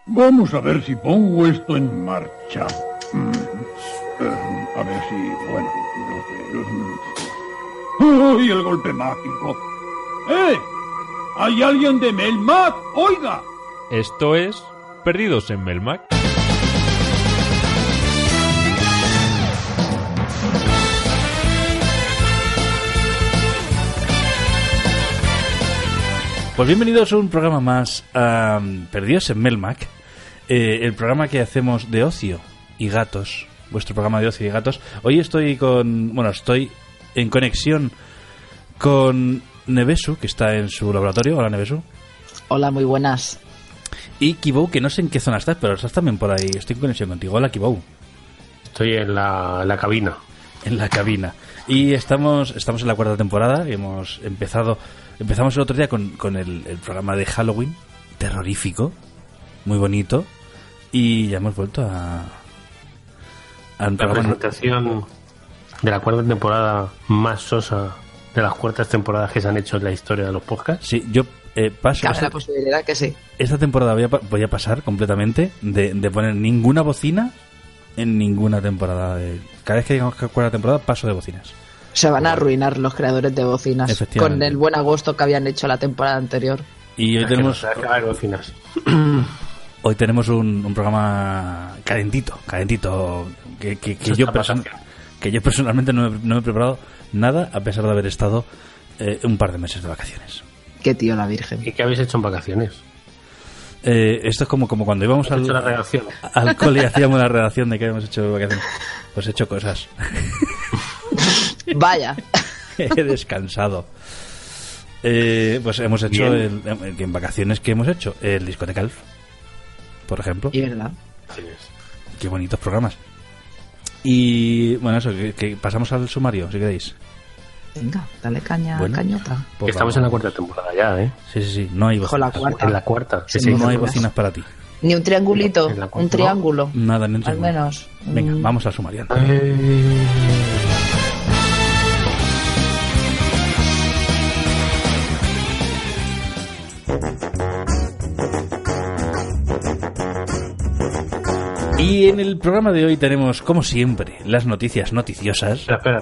Vamos a ver si pongo esto en marcha. A ver si... Bueno, no sé. ¡Uy, el golpe mágico! ¡Eh! ¿Hay alguien de Melmac? ¡Oiga! Esto es Perdidos en Melmac. Pues bienvenidos a un programa más Perdidos en Melmac, el programa que hacemos de ocio y gatos, vuestro programa de ocio y gatos. Hoy estoy en conexión con Nevesu, que está en su laboratorio. Hola, Nevesu. Hola, muy buenas. Y Kibou, que no sé en qué zona estás, pero estás también por ahí. Estoy en conexión contigo. Hola, Kibou. Estoy en la cabina. En la cabina. Y estamos en la cuarta temporada y empezamos el otro día con el programa de Halloween, terrorífico, muy bonito, y ya hemos vuelto a la presentación de la cuarta temporada más sosa de las cuartas temporadas que se han hecho en la historia de los podcasts. Sí, yo paso... Cabe la posibilidad que sí. Esta temporada voy a pasar completamente de poner ninguna bocina en ninguna temporada. Cada vez que digamos que cuarta temporada paso de bocinas. Se van a arruinar los creadores de bocinas con el buen agosto que habían hecho la temporada anterior. Y hoy tenemos bocinas. Hoy tenemos un programa calentito que yo personalmente no me he preparado nada, a pesar de haber estado un par de meses de vacaciones. Qué tío la Virgen. ¿Y qué habéis hecho en vacaciones? Esto es como cuando íbamos al cole y hacíamos la redacción de qué habíamos hecho de vacaciones. Pues he hecho cosas. Vaya. He descansado. Pues hemos hecho en vacaciones que hemos hecho el Discoteca Alf, por ejemplo. Y verdad. Qué bonitos programas. Y bueno, eso, que pasamos al sumario, si queréis. Venga, dale caña, bueno, cañota. Pues estamos en la cuarta temporada ya, ¿eh? Sí, no hay bocinas. En la cuarta. Sí, no hay bocinas para ti. Ni un triangulito, un triángulo. Nada, ni un triángulo. Al menos. Venga, vamos al sumario. Y en el programa de hoy tenemos, como siempre, las noticias noticiosas. Espera.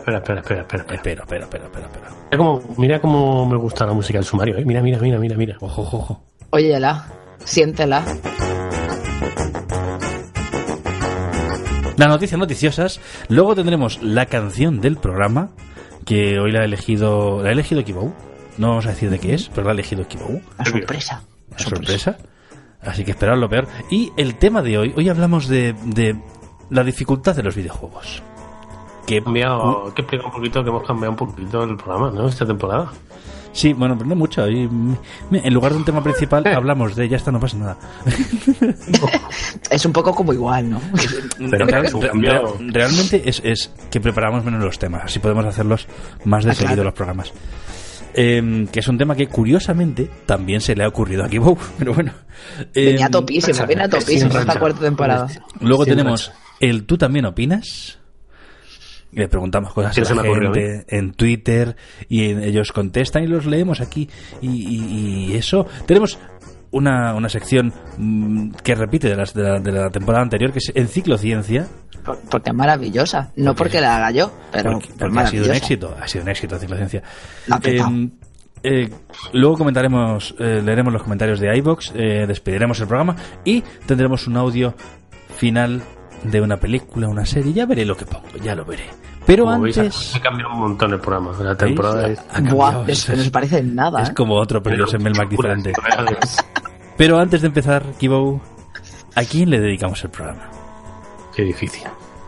Mira cómo me gusta la música del sumario, ¿eh? Mira. Ojo. Óyela, siéntela. Las noticias noticiosas. Luego tendremos la canción del programa, que hoy la ha elegido Kibou. No vamos a decir de qué es, pero la ha elegido Kibou. La sorpresa. Así que esperad lo peor. Y el tema de hoy hablamos de la dificultad de los videojuegos. Que explica un poquito que hemos cambiado un poquito el programa, ¿no? Esta temporada. Sí, bueno, pero no mucho. Y, en lugar de un tema principal hablamos de ya está, no pasa nada. Es un poco como igual, ¿no? Pero realmente es que preparamos menos los temas, así podemos hacerlos más de seguido los programas. Que es un tema que curiosamente también se le ha ocurrido a Kibou, pero bueno. Viene a topísimo esta cuarta temporada. Luego tenemos el ¿tú también opinas? Le preguntamos cosas a la gente en Twitter y ellos contestan y los leemos aquí y eso. Tenemos una sección que repite de la temporada anterior, que es Enciclociencia. Porque es maravillosa, no porque la haga yo, pero porque ha sido un éxito Enciclociencia. Luego leeremos los comentarios de iVoox, despediremos el programa y tendremos un audio final de una película, una serie. Ya veré lo que pongo, ya lo veré. Pero como antes veis, ha cambiado un montón el programa. La temporada no se parece en nada. Es como otro Perdidos en Melmac diferente. Pero antes de empezar, Kibou, ¿a quién le dedicamos el programa? Qué difícil.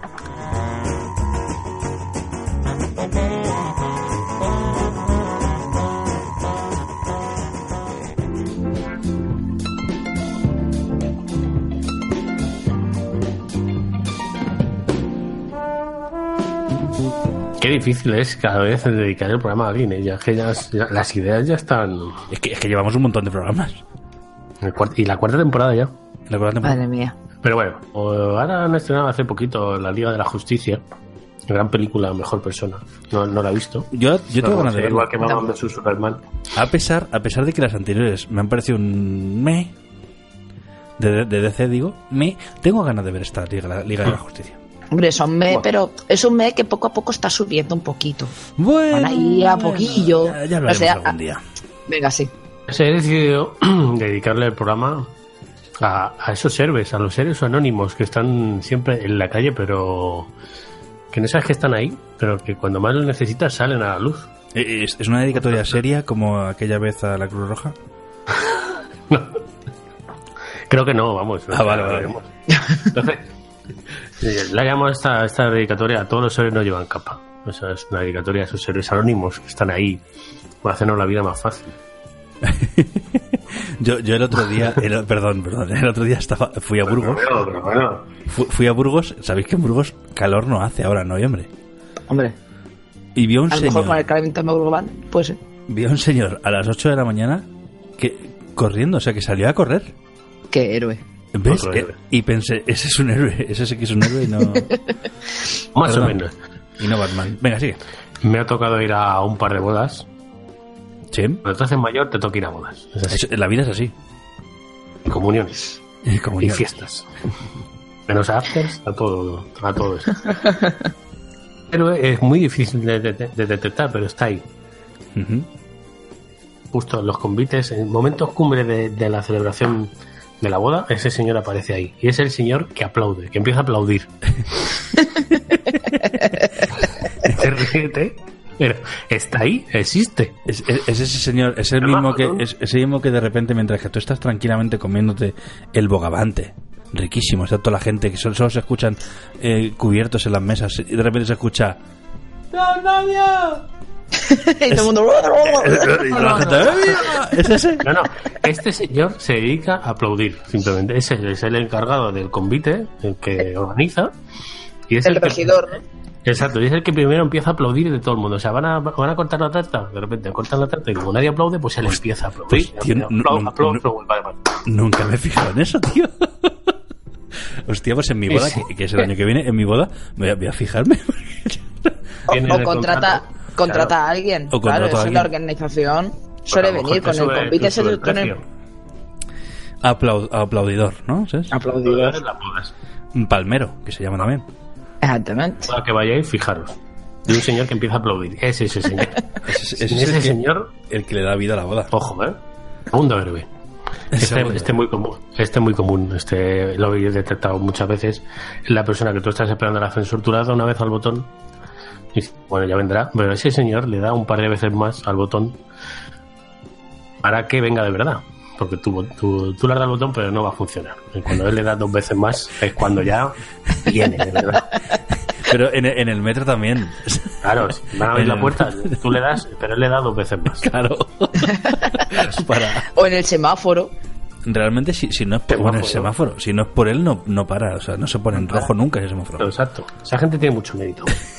Qué difícil es cada vez dedicar el programa a alguien, ¿eh? Ya que las ideas ya están... Es que llevamos un montón de programas. Y la cuarta temporada ya. Madre mía. Pero bueno, ahora han estrenado hace poquito La Liga de la Justicia. Gran película, mejor persona. No la he visto. Yo tengo ganas de verla. Igual que Batman vs Superman. A pesar de que las anteriores me han parecido un de DC, digo, tengo ganas de ver esta Liga de la Justicia. Hombre, pero es un mes que poco a poco está subiendo un poquito. Bueno, van ahí a poquillo. Ya hablaremos algún día. Venga, sí. He decidido dedicarle el programa a esos héroes, a los héroes anónimos que están siempre en la calle, pero que no sabes que están ahí, pero que cuando más lo necesitas salen a la luz. ¿Es una dedicatoria seria como aquella vez a la Cruz Roja? No. Creo que no, vamos. Vale. Entonces, la llamo esta dedicatoria a todos los héroes no llevan capa. O sea, es una dedicatoria a esos héroes anónimos que están ahí para hacernos la vida más fácil. yo el otro día, el otro día fui a Burgos. Pero bueno. Fui a Burgos, sabéis que en Burgos calor no hace ahora en noviembre. Hombre. Y vio un señor. A lo mejor con el calentamiento de Burgos pues sí. Vio un señor a las 8 de la mañana corriendo, o sea que salió a correr. Qué héroe. ¿Ves? Y pensé, ese es un héroe, ese sí que es un héroe y no... Más o menos. Y no Batman. Venga, sigue. Me ha tocado ir a un par de bodas. Sí. Cuando te haces mayor te toca ir a bodas. La vida es así. Y comuniones. Y fiestas. Menos afters, a todo eso. Pero es muy difícil de detectar, pero está ahí. Uh-huh. Justo en los convites, en momentos cumbre de la celebración de la boda, ese señor aparece ahí. Y es el señor que aplaude, que empieza a aplaudir. Te ríete, pero está ahí, existe. Es ese señor, es el mismo que de repente, mientras que tú estás tranquilamente comiéndote el bogavante, riquísimo, está toda la gente que solo se escuchan cubiertos en las mesas y de repente se escucha ¡La novia! Y todo el mundo ¿Es ese? No, este señor se dedica a aplaudir simplemente. Es el encargado del convite, el que organiza, y es el regidor, ¿no? Exacto, y es el que primero empieza a aplaudir de todo el mundo. O sea, van a cortar la tarta, de repente cortan la tarta y como nadie aplaude, pues él empieza a aplaudir. Pues, tío, nunca me he fijado en eso, tío. Hostia, pues en mi boda, que es el año que viene, en mi boda voy a fijarme. O contrata a alguien. O claro, eso es la organización. Suele venir con el convite. Aplaudidor, ¿no? ¿Sabes? Aplaudidor. Un palmero, que se llama también. Exactamente. Para que vayáis, fijaros. De un señor que empieza a aplaudir. Es ese señor. ese señor, el que le da vida a la boda. Ojo, segundo héroe. Este muy común. Lo he detectado muchas veces. Es la persona que tú estás esperando el ascensor, tú le das una vez al botón y bueno, ya vendrá, pero ese señor le da un par de veces más al botón para que venga de verdad, porque tú le das al botón pero no va a funcionar, y cuando él le da 2 veces más es cuando ya viene de verdad. Pero en el metro también. Claro, si van a abrir la puerta, tú le das, pero él le da 2 veces más. Claro. O en el semáforo. Realmente, si no es por el semáforo, si no es por él, no para. O sea, no se pone en rojo nunca ese semáforo. Exacto. Esa gente tiene mucho mérito.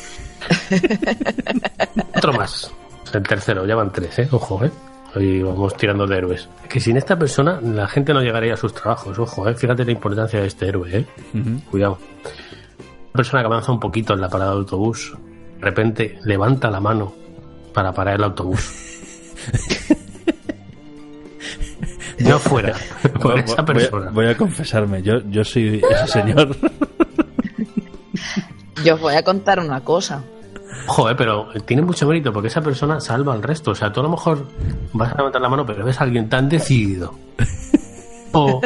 Otro más. El tercero, ya van 3, ojo, Hoy vamos tirando de héroes. Que sin esta persona la gente no llegaría a sus trabajos, ojo, Fíjate la importancia de este héroe, Uh-huh. Cuidado. Una persona que avanza un poquito en la parada de autobús, de repente levanta la mano para parar el autobús. No fuera por esa persona. Voy a confesarme, yo soy ese señor. Yo os voy a contar una cosa. Joder, pero tiene mucho mérito porque esa persona salva al resto. O sea, tú a lo mejor vas a levantar la mano, pero ves a alguien tan decidido. O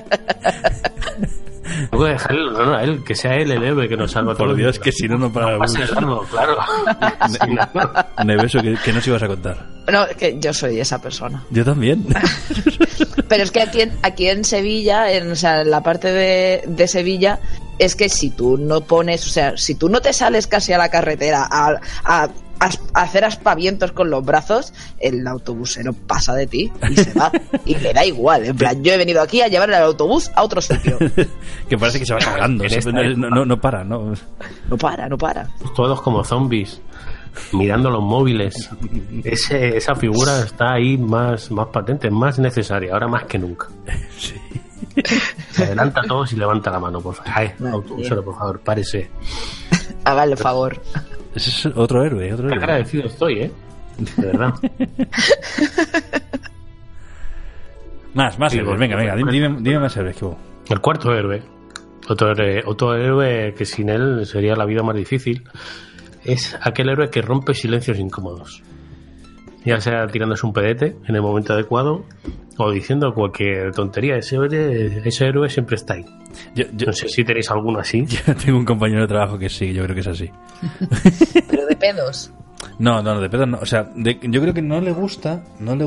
no puedo dejarlo, a él, que sea él el héroe que nos salva a todos. Por Dios, que si no para el bus. Claro. Neveso, que nos ibas a contar. No, es que yo soy esa persona. Yo también. Pero es que aquí en Sevilla, en la parte de Sevilla, es que si tú no pones, o sea, si tú no te sales casi a la carretera a hacer aspavientos con los brazos, el autobusero pasa de ti y se va. Y le da igual. En plan, yo he venido aquí a llevar el autobús a otro sitio. Que parece que se va cagando. No para, ¿no? No para. Todos como zombies, mirando los móviles. Esa figura está ahí más patente, más necesaria, ahora más que nunca. Sí. Se adelanta a todos y levanta la mano, por favor. Autobusero, por favor, párese. Hágale el favor. Ese es otro héroe. Qué agradecido estoy, de verdad. Más héroes. Venga, dime más héroes que hubo. El cuarto héroe. Otro héroe que sin él sería la vida más difícil. Es aquel héroe que rompe silencios incómodos. Ya sea tirándose un pedete en el momento adecuado o diciendo cualquier tontería. Ese héroe siempre está ahí. No sé si tenéis alguno así. Yo tengo un compañero de trabajo que sí, yo creo que es así. ¿Pero de pedos? No, de pedos no. O sea, yo creo que no le gusta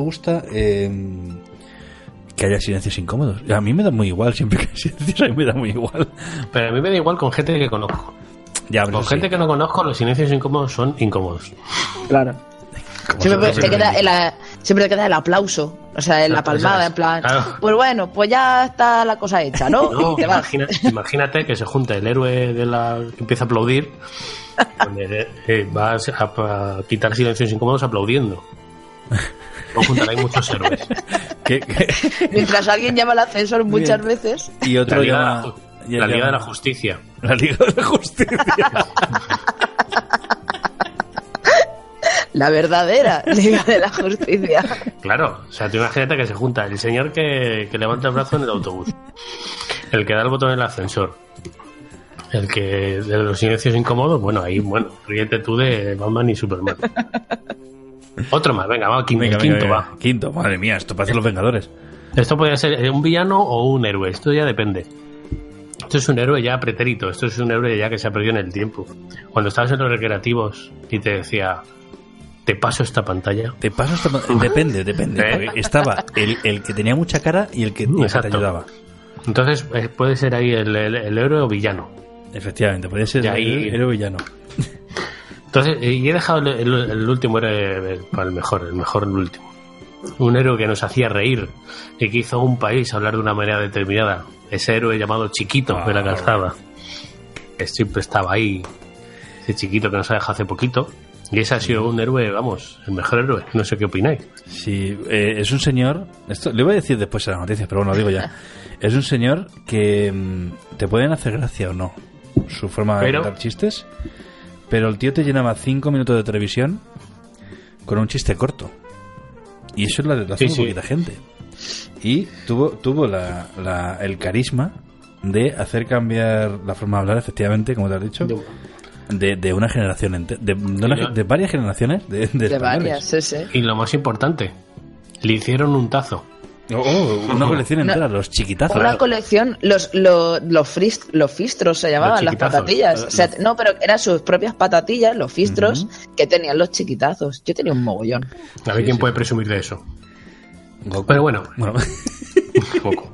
que haya silencios incómodos. A mí me da muy igual, siempre que hay silencios, a mí me da muy igual. Pero a mí me da igual con gente que conozco. Con gente que no conozco, los silencios incómodos son incómodos. Claro. Siempre te queda el aplauso, o sea, la palmada, en plan, claro. Pues bueno, pues ya está la cosa hecha, ¿no? No, te vas. Imagínate que se junta el héroe que empieza a aplaudir, vas a quitar silencios incómodos aplaudiendo. O juntaréis muchos héroes. Mientras alguien llama al ascensor muchas veces. Y otro llama... La Liga de la Justicia. La Liga de la Justicia. La verdadera Liga de la Justicia. Claro, o sea, tú imagínate que se junta el señor que levanta el brazo en el autobús, el que da el botón en el ascensor, el que de los silencios incómodos, ríete tú de Batman y Superman. Otro más, venga, quinto va. Quinto, madre mía, esto parece los Vengadores. Esto podría ser un villano o un héroe, esto ya depende. Esto es un héroe ya pretérito, esto es un héroe ya que se ha perdido en el tiempo. Cuando estabas en los recreativos y te decía, te paso esta pantalla. Depende. Estaba el que tenía mucha cara y el que te ayudaba. Entonces puede ser ahí el héroe o villano. Efectivamente, puede ser el héroe o villano. Entonces, y he dejado el último héroe para el mejor el último. Un héroe que nos hacía reír y que hizo a un país hablar de una manera determinada. Ese héroe llamado Chiquito de la calzada. Que siempre estaba ahí. Ese Chiquito que nos ha dejado hace poquito. Y ese ha sido un héroe, el mejor héroe. No sé qué opináis. Sí, es un señor... Esto le voy a decir después en las noticias, pero bueno, lo digo ya. Es un señor que te pueden hacer gracia o no. Su forma de contar chistes. Pero el tío te llenaba 5 minutos de televisión con un chiste corto. Y eso es la relación de poquita gente. Y tuvo el carisma de hacer cambiar la forma de hablar, efectivamente, como te has dicho, de una generación de varias generaciones de varias, sí. Y lo más importante, le hicieron un tazo. Una colección entera, los chiquitazos. Una colección, los fistros se llamaban, las patatillas. O sea, no, pero eran sus propias patatillas, los fistros, que tenían los chiquitazos. Yo tenía un mogollón. A ver quién puede presumir de eso. Goku. Pero bueno. Goku.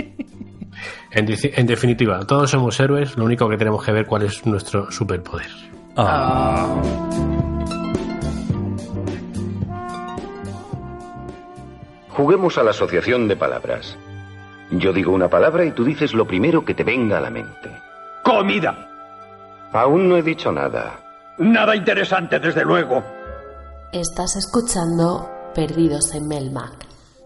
En definitiva, todos somos héroes, lo único que tenemos que ver cuál es nuestro superpoder. Juguemos a la asociación de palabras. Yo digo una palabra y tú dices lo primero que te venga a la mente. ¡Comida! Aún no he dicho nada. Nada interesante, desde luego. Estás escuchando Perdidos en Melmac.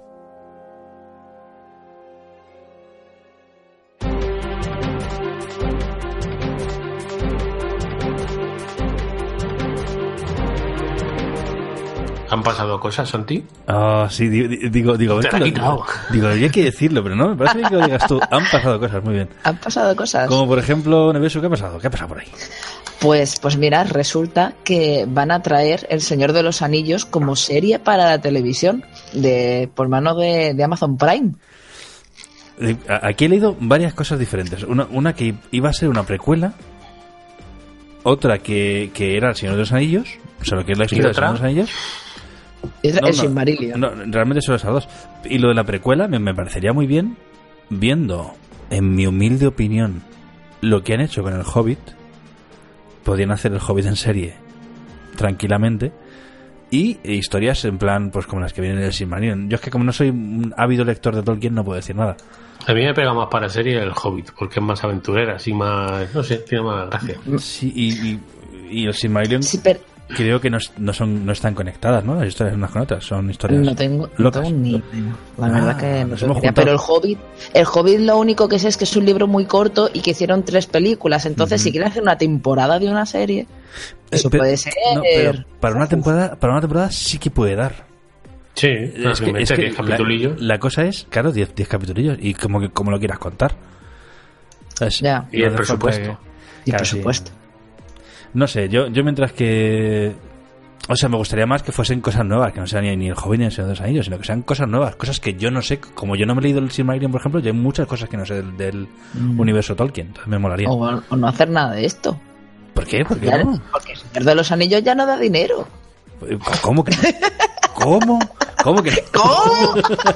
¿Han pasado cosas, Santi? Sí, digo, te la he quitado. Digo, había que decirlo, pero no, me parece bien que lo digas tú. Han pasado cosas, muy bien. Han pasado cosas. Como por ejemplo, Nevesu, ¿qué ha pasado? ¿Qué ha pasado por ahí? Pues mira, resulta que van a traer El Señor de los Anillos como serie para la televisión por mano de Amazon Prime. Aquí he leído varias cosas diferentes. Una que iba a ser una precuela, otra que era El Señor de los Anillos, o sea, lo que es la historia del Señor de los Anillos. El Silmarillion. No, realmente son esas dos. Y lo de la precuela me parecería muy bien, viendo, en mi humilde opinión, lo que han hecho con el Hobbit. Podrían hacer el Hobbit en serie tranquilamente, y historias en plan, pues como las que vienen en el Silmarillion. Yo es que como no soy un ávido lector de Tolkien, no puedo decir nada. A mí me pega más para serie el Hobbit, porque es más aventurera, así más, no sé, tiene más gracia. Sí, y el Silmarillion... Sí, pero... Creo que no están conectadas, ¿no? Las historias unas con otras, son historias no tengo ni idea. La verdad que no tengo idea. Pero el Hobbit lo único que sé es que es un libro muy corto y que hicieron 3 películas. Entonces, si quieren hacer una temporada de una serie, eso puede ser. No, pero para una temporada sí que puede dar. Sí, es que 10 capitulillos. La cosa es, claro, 10 capitulillos y como lo quieras contar. Ya. Y el presupuesto. Y el presupuesto. No sé, yo mientras que... O sea, me gustaría más que fuesen cosas nuevas, que no sean ni el Hobbit ni el Señor de los Anillos, sino que sean cosas nuevas, cosas que yo no sé. Como yo no me he leído el Silmarillion, por ejemplo, yo hay muchas cosas que no sé del universo Tolkien, entonces me molaría. O no hacer nada de esto. ¿Por qué? ¿Por qué Ya, no? Porque el Señor de los Anillos ya no da dinero. ¿Cómo que no? ¿Cómo? ¿Cómo que no? ¿Cómo?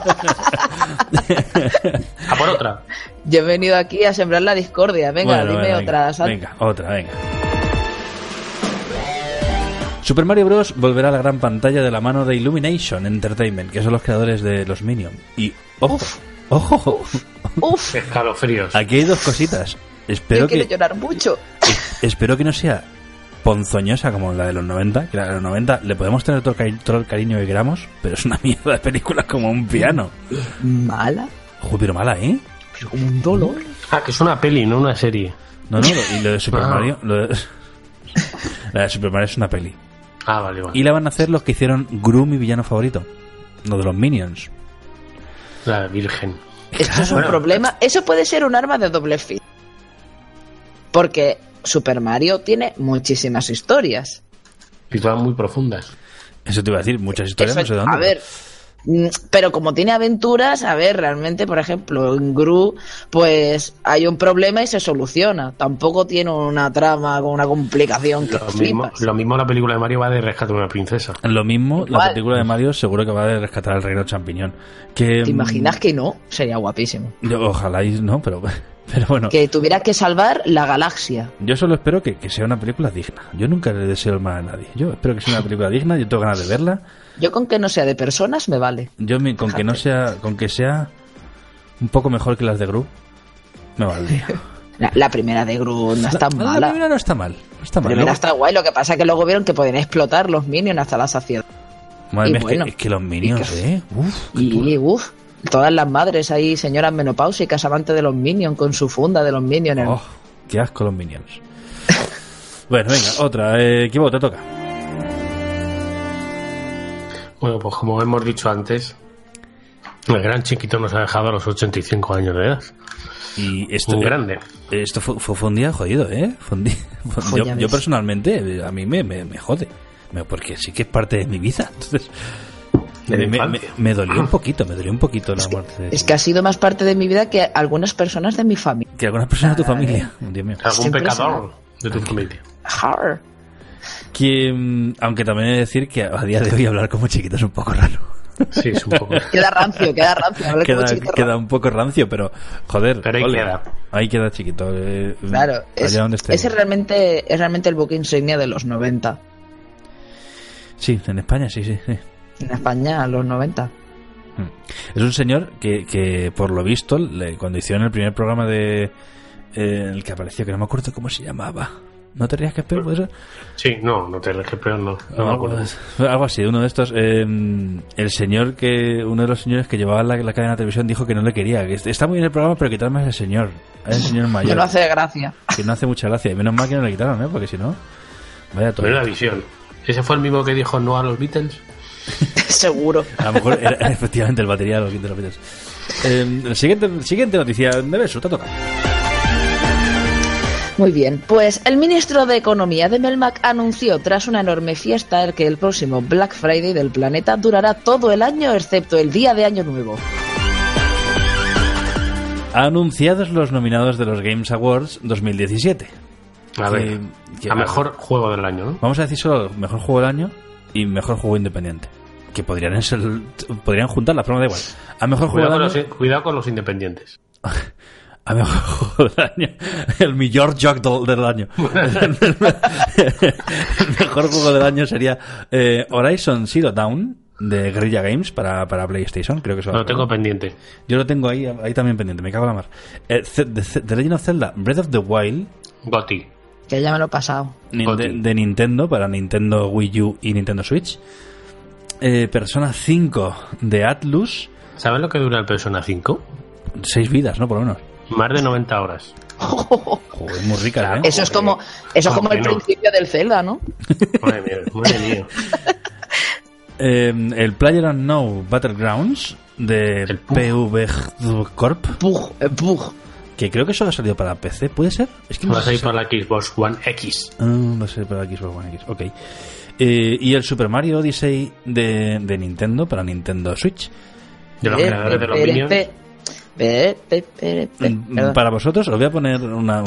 A por otra. Yo he venido aquí a sembrar la discordia. Venga, Bueno, dime otra. ¿sabes? Venga, otra. Super Mario Bros. Volverá a la gran pantalla de la mano de Illumination Entertainment, que son los creadores de los Minions. Y ¡ojo! Uf. Escalofríos. Aquí hay dos cositas. Yo quiero llorar mucho. Espero que no sea ponzoñosa como la de los 90, que la de los 90 le podemos tener todo el cariño que queramos, pero es una mierda de película como un piano. ¿Mala? Joder, pero mala, ¿eh? Pero como un dolor. Que es una peli, no una serie. No, y lo de Super Mario... La de Super Mario es una peli. Vale. Y la van a hacer los que hicieron Gru, mi villano favorito. Lo de los Minions. La Virgen. Esto es un problema. Eso puede ser un arma de doble filo. Porque Super Mario tiene muchísimas historias. Y todas muy profundas. Eso te iba a decir, muchas historias no sé dónde. A ver, pero como tiene aventuras, a ver, realmente, por ejemplo, en Gru, pues hay un problema y se soluciona. Tampoco tiene una trama con una complicación que lo mismo la película de Mario va de rescate de una princesa. Lo mismo, la película de Mario seguro que va de rescatar al reino champiñón. ¿Te imaginas que no? Sería guapísimo. Ojalá y no, pero bueno. Que tuviera que salvar la galaxia. Yo solo espero que sea una película digna. Yo nunca le deseo el mal a nadie. Yo espero que sea una película digna, yo tengo ganas de verla. Yo con que no sea de personas me vale. Con que sea un poco mejor que las de Gru, me valdría. La primera de Gru no está mala. La primera no está mal. La primera está guay, lo que pasa es que luego vieron que pueden explotar los Minions hasta la saciedad. Madre mía, es que los Minions, Todas las madres ahí, señoras menopáusicas, amantes de los Minions, con su funda de los Minions. Oh, qué asco los Minions. Bueno, venga, otra. Kibo, te toca. Bueno, pues como hemos dicho antes, el gran Chiquito nos ha dejado a los 85 años de edad. Y esto, muy grande. Esto fue un día jodido, ¿eh? Yo personalmente, a mí me jode. Porque sí que es parte de mi vida. Entonces, me dolió un poquito la muerte. Es que ha sido más parte de mi vida que algunas personas de mi familia. Que algunas personas de tu familia. Dios mío. Algún pecador de tu familia. Que, aunque también he de decir que a día de hoy hablar como Chiquito es un poco raro. Sí, es un poco. Queda rancio. Queda un poco rancio, pero joder. Pero ahí queda Chiquito. Claro, ese realmente es realmente el buque insignia de los 90. Sí, en España sí. En España, los 90. Es un señor que por lo visto, cuando hicieron el primer programa de el que apareció, que no me acuerdo cómo se llamaba. ¿No te rías que espero? ¿Puede ser? Sí, no te rías que espero, no me acuerdo. Algo así, uno de estos. Uno de los señores que llevaba la cadena de televisión dijo que no le quería. Que está muy bien el programa, pero quitarme a ese señor. A ese señor mayor. Que no hace gracia. Que no hace mucha gracia. Y menos mal que no le quitaron, ¿eh? Porque si no. Vaya todo. Pero la visión. ¿Ese fue el mismo que dijo no a los Beatles? Seguro. A lo mejor era efectivamente el batería de los Beatles. Siguiente noticia. Nevesu, te toca. Muy bien, pues el ministro de Economía de Melmac anunció tras una enorme fiesta que el próximo Black Friday del planeta durará todo el año excepto el día de Año Nuevo. Anunciados los nominados de los Games Awards 2017. A ver, a mejor juego del año, ¿no? Vamos a decir solo mejor juego del año y mejor juego independiente. Que podrían juntar la forma, da igual. A mejor juego del año. Cuidado con los independientes. A mejor juego del año. El mejor joc del año. El mejor juego del año sería Horizon Zero Dawn de Guerrilla Games para PlayStation. Creo que eso. Lo tengo pendiente. Yo lo tengo ahí también pendiente. Me cago en la mar. The Legend of Zelda Breath of the Wild. GOTY. Que ya me lo he pasado. De Nintendo para Nintendo Wii U y Nintendo Switch. Persona 5 de Atlus. ¿Sabes lo que dura el Persona 5? 6 vidas, ¿no? Por lo menos. Más de 90 horas. Joder, muy rica, ¿eh? Eso es como el principio del Zelda, ¿no? Madre mía. El PlayerUnknown's Battlegrounds de PV Corp. Pug. Que creo que eso ha salido para PC, ¿puede ser? Es que no va a salir sé. para la Xbox One X. Va a salir para la Xbox One X, ok. Y el Super Mario Odyssey de Nintendo, para Nintendo Switch. De los creadores de los Minions. Para vosotros os voy a poner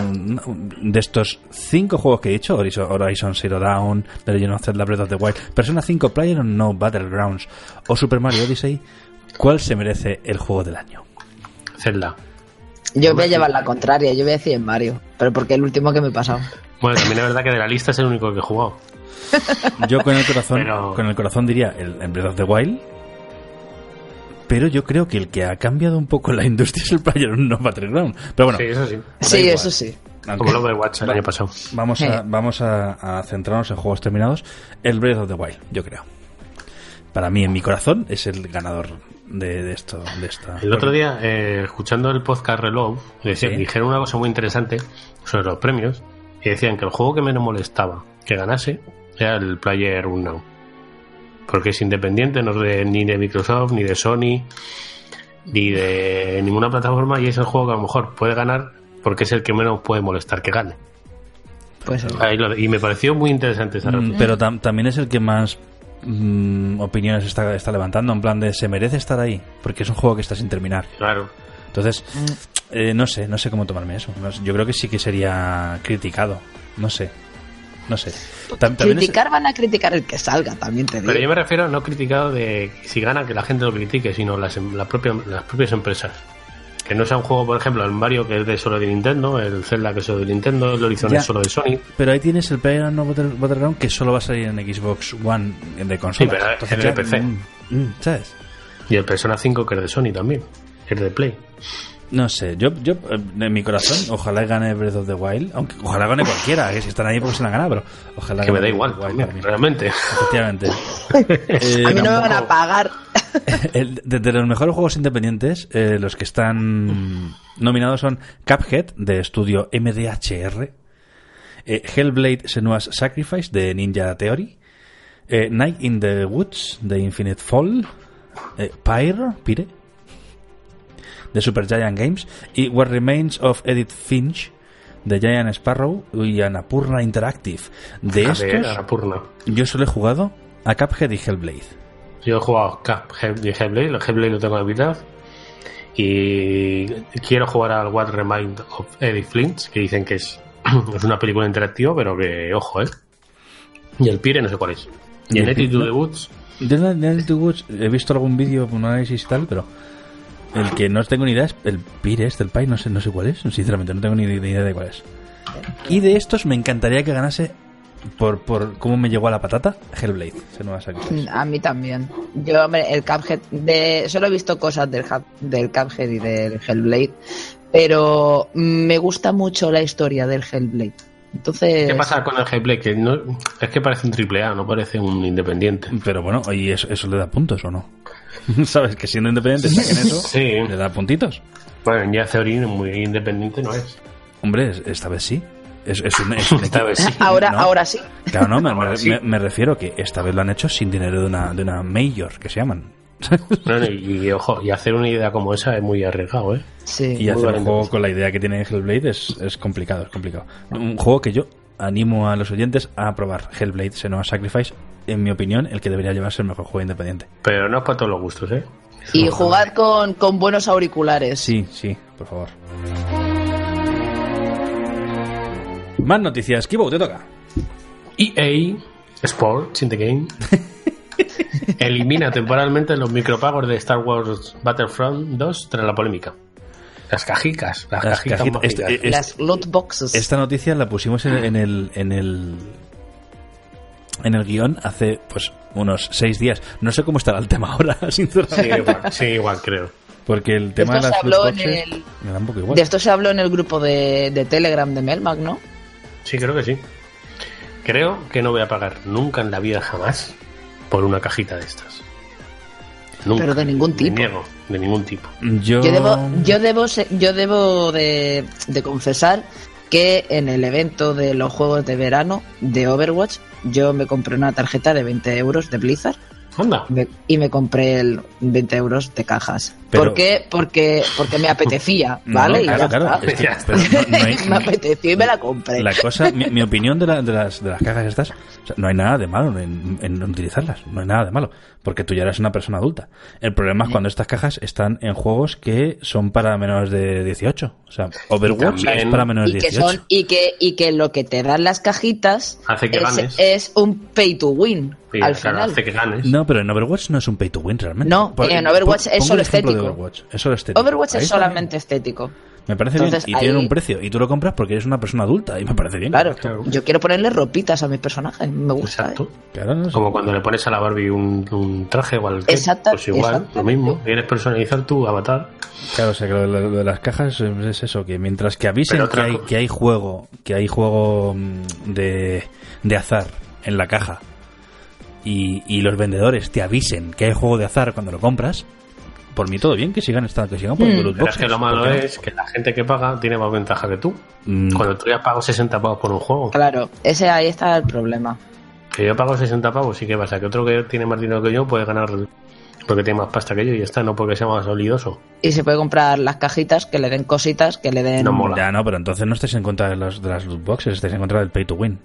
de estos 5 juegos que he dicho: Horizon Zero Dawn, The Legend of Zelda Breath of the Wild, Persona 5, PlayerUnknown's Battlegrounds o Super Mario Odyssey. ¿Cuál se merece el juego del año? Zelda. Yo voy a llevar la contraria, yo voy a decir en Mario, pero porque es el último que me he pasado. Bueno, también es verdad que de la lista es el único que he jugado. Yo con el corazón diría el Breath of the Wild, pero yo creo que el que ha cambiado un poco la industria es el PlayerUnknown's Battleground. Pero bueno, sí, eso sí. Sí, eso sí. Como lo de Watch el año pasado. Vamos a centrarnos en juegos terminados. El Breath of the Wild, yo creo. Para mí, en mi corazón, es el ganador de esta. El otro día, escuchando el podcast Reload, dijeron una cosa muy interesante sobre los premios, y decían que el juego que menos molestaba que ganase era el PlayerUnknown's, porque es independiente, no es ni de Microsoft, ni de Sony, ni de ninguna plataforma, y es el juego que a lo mejor puede ganar porque es el que menos puede molestar que gane. Pues y me pareció muy interesante esa reflexión. Pero también es el que más opiniones está levantando, en plan de se merece estar ahí, porque es un juego que está sin terminar. Claro. Entonces, no sé cómo tomarme eso. Yo creo que sí que sería criticado. No sé. Criticar van a criticar el que salga, también te digo. Pero yo me refiero no criticado de si gana que la gente lo critique, sino las propias empresas. Que no sea un juego, por ejemplo, el Mario, que es de solo de Nintendo, el Zelda, que es solo de Nintendo, el Horizon es solo de Sony. Pero ahí tienes el PlayerUnknown's Battleground, que solo va a salir en Xbox One de consola. Sí, pero es de PC. ¿Sabes? Y el Persona 5, que es de Sony también, es de Play. No sé, yo en mi corazón ojalá gane Breath of the Wild, aunque ojalá gane cualquiera, que si están ahí porque se la han ganado, pero ojalá que me da igual también, realmente. Efectivamente. A mí no me van a pagar. De los mejores juegos independientes, los que están nominados son Cuphead, de estudio MDHR, Hellblade Senua's Sacrifice, de Ninja Theory, Night in the Woods, de Infinite Fall, Pyre, de Supergiant Games, y What Remains of Edith Finch, de Giant Sparrow y Annapurna Interactive. De estos, yo solo he jugado a Cuphead y Hellblade. Yo he jugado a Cuphead y Hellblade. El Hellblade lo tengo en la mitad. Y quiero jugar al What Remains of Edith Finch, que dicen que es una película interactiva, pero que, ojo, Y el Pyre no sé cuál es. Y en Night into the Woods. Yo en Night into the Woods he visto algún vídeo, un análisis y tal, pero el que no tengo ni idea es el Pyre, el Pai, no sé cuál es, sinceramente, no tengo ni idea de cuál es. Y de estos me encantaría que ganase, por cómo me llegó a la patata, Hellblade. A mí también. Yo, hombre, el Cuphead, solo he visto cosas del Cuphead y del Hellblade, pero me gusta mucho la historia del Hellblade. Entonces, ¿qué pasa con el Hellblade? Que no, es que parece un AAA, no parece un independiente. Pero bueno, ¿y eso le da puntos o no? ¿Sabes? Que siendo independiente saquen eso, sí, le da puntitos. Bueno, ya Theory muy independiente no es. Hombre, esta vez sí. Es esta vez sí. Ahora sí. Claro, no, me refiero que esta vez lo han hecho sin dinero de una major, que se llaman. No, y ojo, y hacer una idea como esa es muy arriesgado, Sí. Y hacer un juego con la idea que tiene Hellblade es complicado, Un juego que yo animo a los oyentes a probar, Hellblade Senua's Sacrifice, en mi opinión, el que debería llevarse el mejor juego independiente. Pero no es para todos los gustos, Y jugad con buenos auriculares. Sí, por favor. Más noticias. Kibo, te toca. EA Sports in the Game elimina temporalmente los micropagos de Star Wars Battlefront 2 tras la polémica. Las cajitas. Las loot boxes. Esta noticia la pusimos en el guión hace pues unos 6 días. No sé cómo estará el tema ahora, sinceramente. Sí, igual creo. Porque el tema de las loot boxes me da un poco igual. De esto se habló en el grupo de Telegram de Melmac, ¿no? Sí, creo que sí. Creo que no voy a pagar nunca en la vida jamás por una cajita de estas. Nunca. Pero de ningún tipo. Me niego, de ningún tipo. Yo debo de confesar que en el evento de los juegos de verano de Overwatch yo me compré una tarjeta de 20 euros de Blizzard Anda. Y me compré el 20 euros de cajas. Pero... ¿Por qué? Porque me apetecía, ¿vale? No, claro. Me apeteció y me la compré. La cosa, mi opinión de las cajas estas, o sea, no hay nada de malo en utilizarlas, no hay nada de malo, porque tú ya eres una persona adulta. El problema es cuando estas cajas están en juegos que son para menores de 18. O sea, Overwatch es para menores de 18. Y que lo que te dan las cajitas hace que es un pay to win. Sí, al final. Hace que ganes. No, pero en Overwatch no es un pay to win realmente. No, en Overwatch es solo estético. Overwatch es solamente estético. Me parece Entonces, bien. Y tienen un precio. Y tú lo compras porque eres una persona adulta. Y me parece bien. Claro. Yo quiero ponerle ropitas a mis personajes. Me gusta. Exacto. Claro, no sé. Como cuando le pones a la Barbie un traje o al Exacto. Pues igual, lo mismo. Quieres personalizar tu avatar. Claro, o sea, que lo de las cajas es eso. Que mientras que avisen que hay juego de azar en la caja y los vendedores te avisen que hay juego de azar cuando lo compras, por mí todo bien, que sigan poniendo loot boxes. Pero es que lo malo es que la gente que paga tiene más ventaja que tú. Cuando tú ya pagas 60 pavos por un juego. Claro, ahí está el problema. Que yo pago 60 pavos, ¿y qué pasa? Que otro que tiene más dinero que yo puede ganar porque tiene más pasta que yo y ya está, no porque sea más solidoso. Y se puede comprar las cajitas que le den cositas, que le den... No mola. Ya no, pero entonces no estés en contra de las loot boxes, estés en contra del pay to win.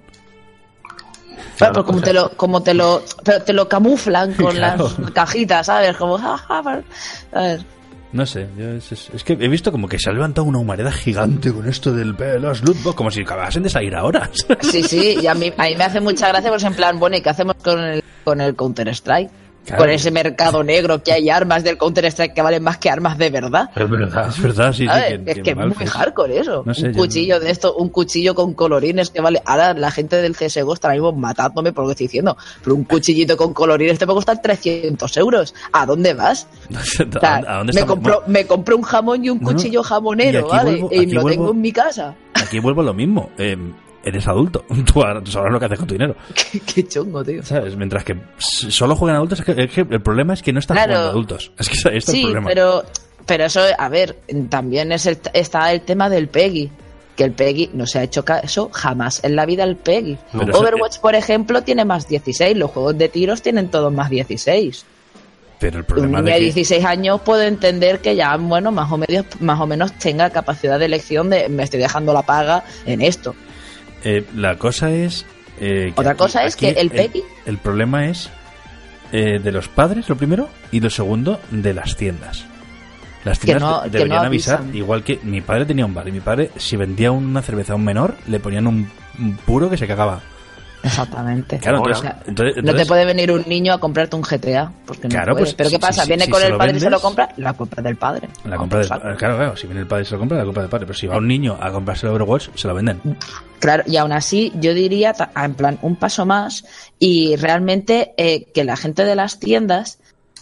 Claro, pero te lo camuflan con las cajitas, ¿sabes? Como, a ver. No sé, es que he visto como que se ha levantado una humareda gigante con esto de los loot box, como si acabasen de salir ahora. Sí, y a mí me hace mucha gracia, pues en plan, bueno, ¿y qué hacemos con el Counter-Strike? Claro. Con ese mercado negro que hay armas del Counter-Strike que valen más que armas de verdad. Es verdad, sí. Es que es muy hardcore eso. No sé, un cuchillo de esto, un cuchillo con colorines que vale... Ahora la gente del CSGO está ahora mismo matándome por lo que estoy diciendo. Pero un cuchillito con colorines te puede costar 300 euros. ¿A dónde vas? O sea, ¿a dónde me compro un jamón y un cuchillo jamonero, ¿vale? Y lo tengo en mi casa. Aquí vuelvo a lo mismo. Eres adulto, tú sabrás lo que haces con tu dinero. Qué chungo, tío. ¿Sabes? Mientras que solo juegan adultos, es que el problema es que no están jugando adultos. Es que este es el problema. Pero eso, a ver, también está el tema del PEGI. Que el PEGI no se ha hecho caso jamás en la vida el PEGI. No, Overwatch, por ejemplo, tiene más 16. Los juegos de tiros tienen todos más 16. Pero el problema un niño de 16 años puede entender que ya, bueno, más o menos tenga capacidad de elección de me estoy dejando la paga en esto. La cosa es... Otra cosa es que el PEGI... El problema es de los padres, lo primero, y lo segundo, de las tiendas. Las tiendas deberían avisar, igual que mi padre tenía un bar, y mi padre, si vendía una cerveza a un menor, le ponían un puro que se cagaba. Exactamente. Claro, entonces, no te puede venir un niño a comprarte un GTA, porque no puede. Pues, pero ¿qué pasa? Viene con el padre y se lo compra, la compra del padre. Claro, si viene el padre y se lo compra, la compra del padre. Pero si va un niño a comprarse el Overwatch, se lo venden. Claro, y aún así yo diría, en plan, un paso más, y realmente que la gente de las tiendas,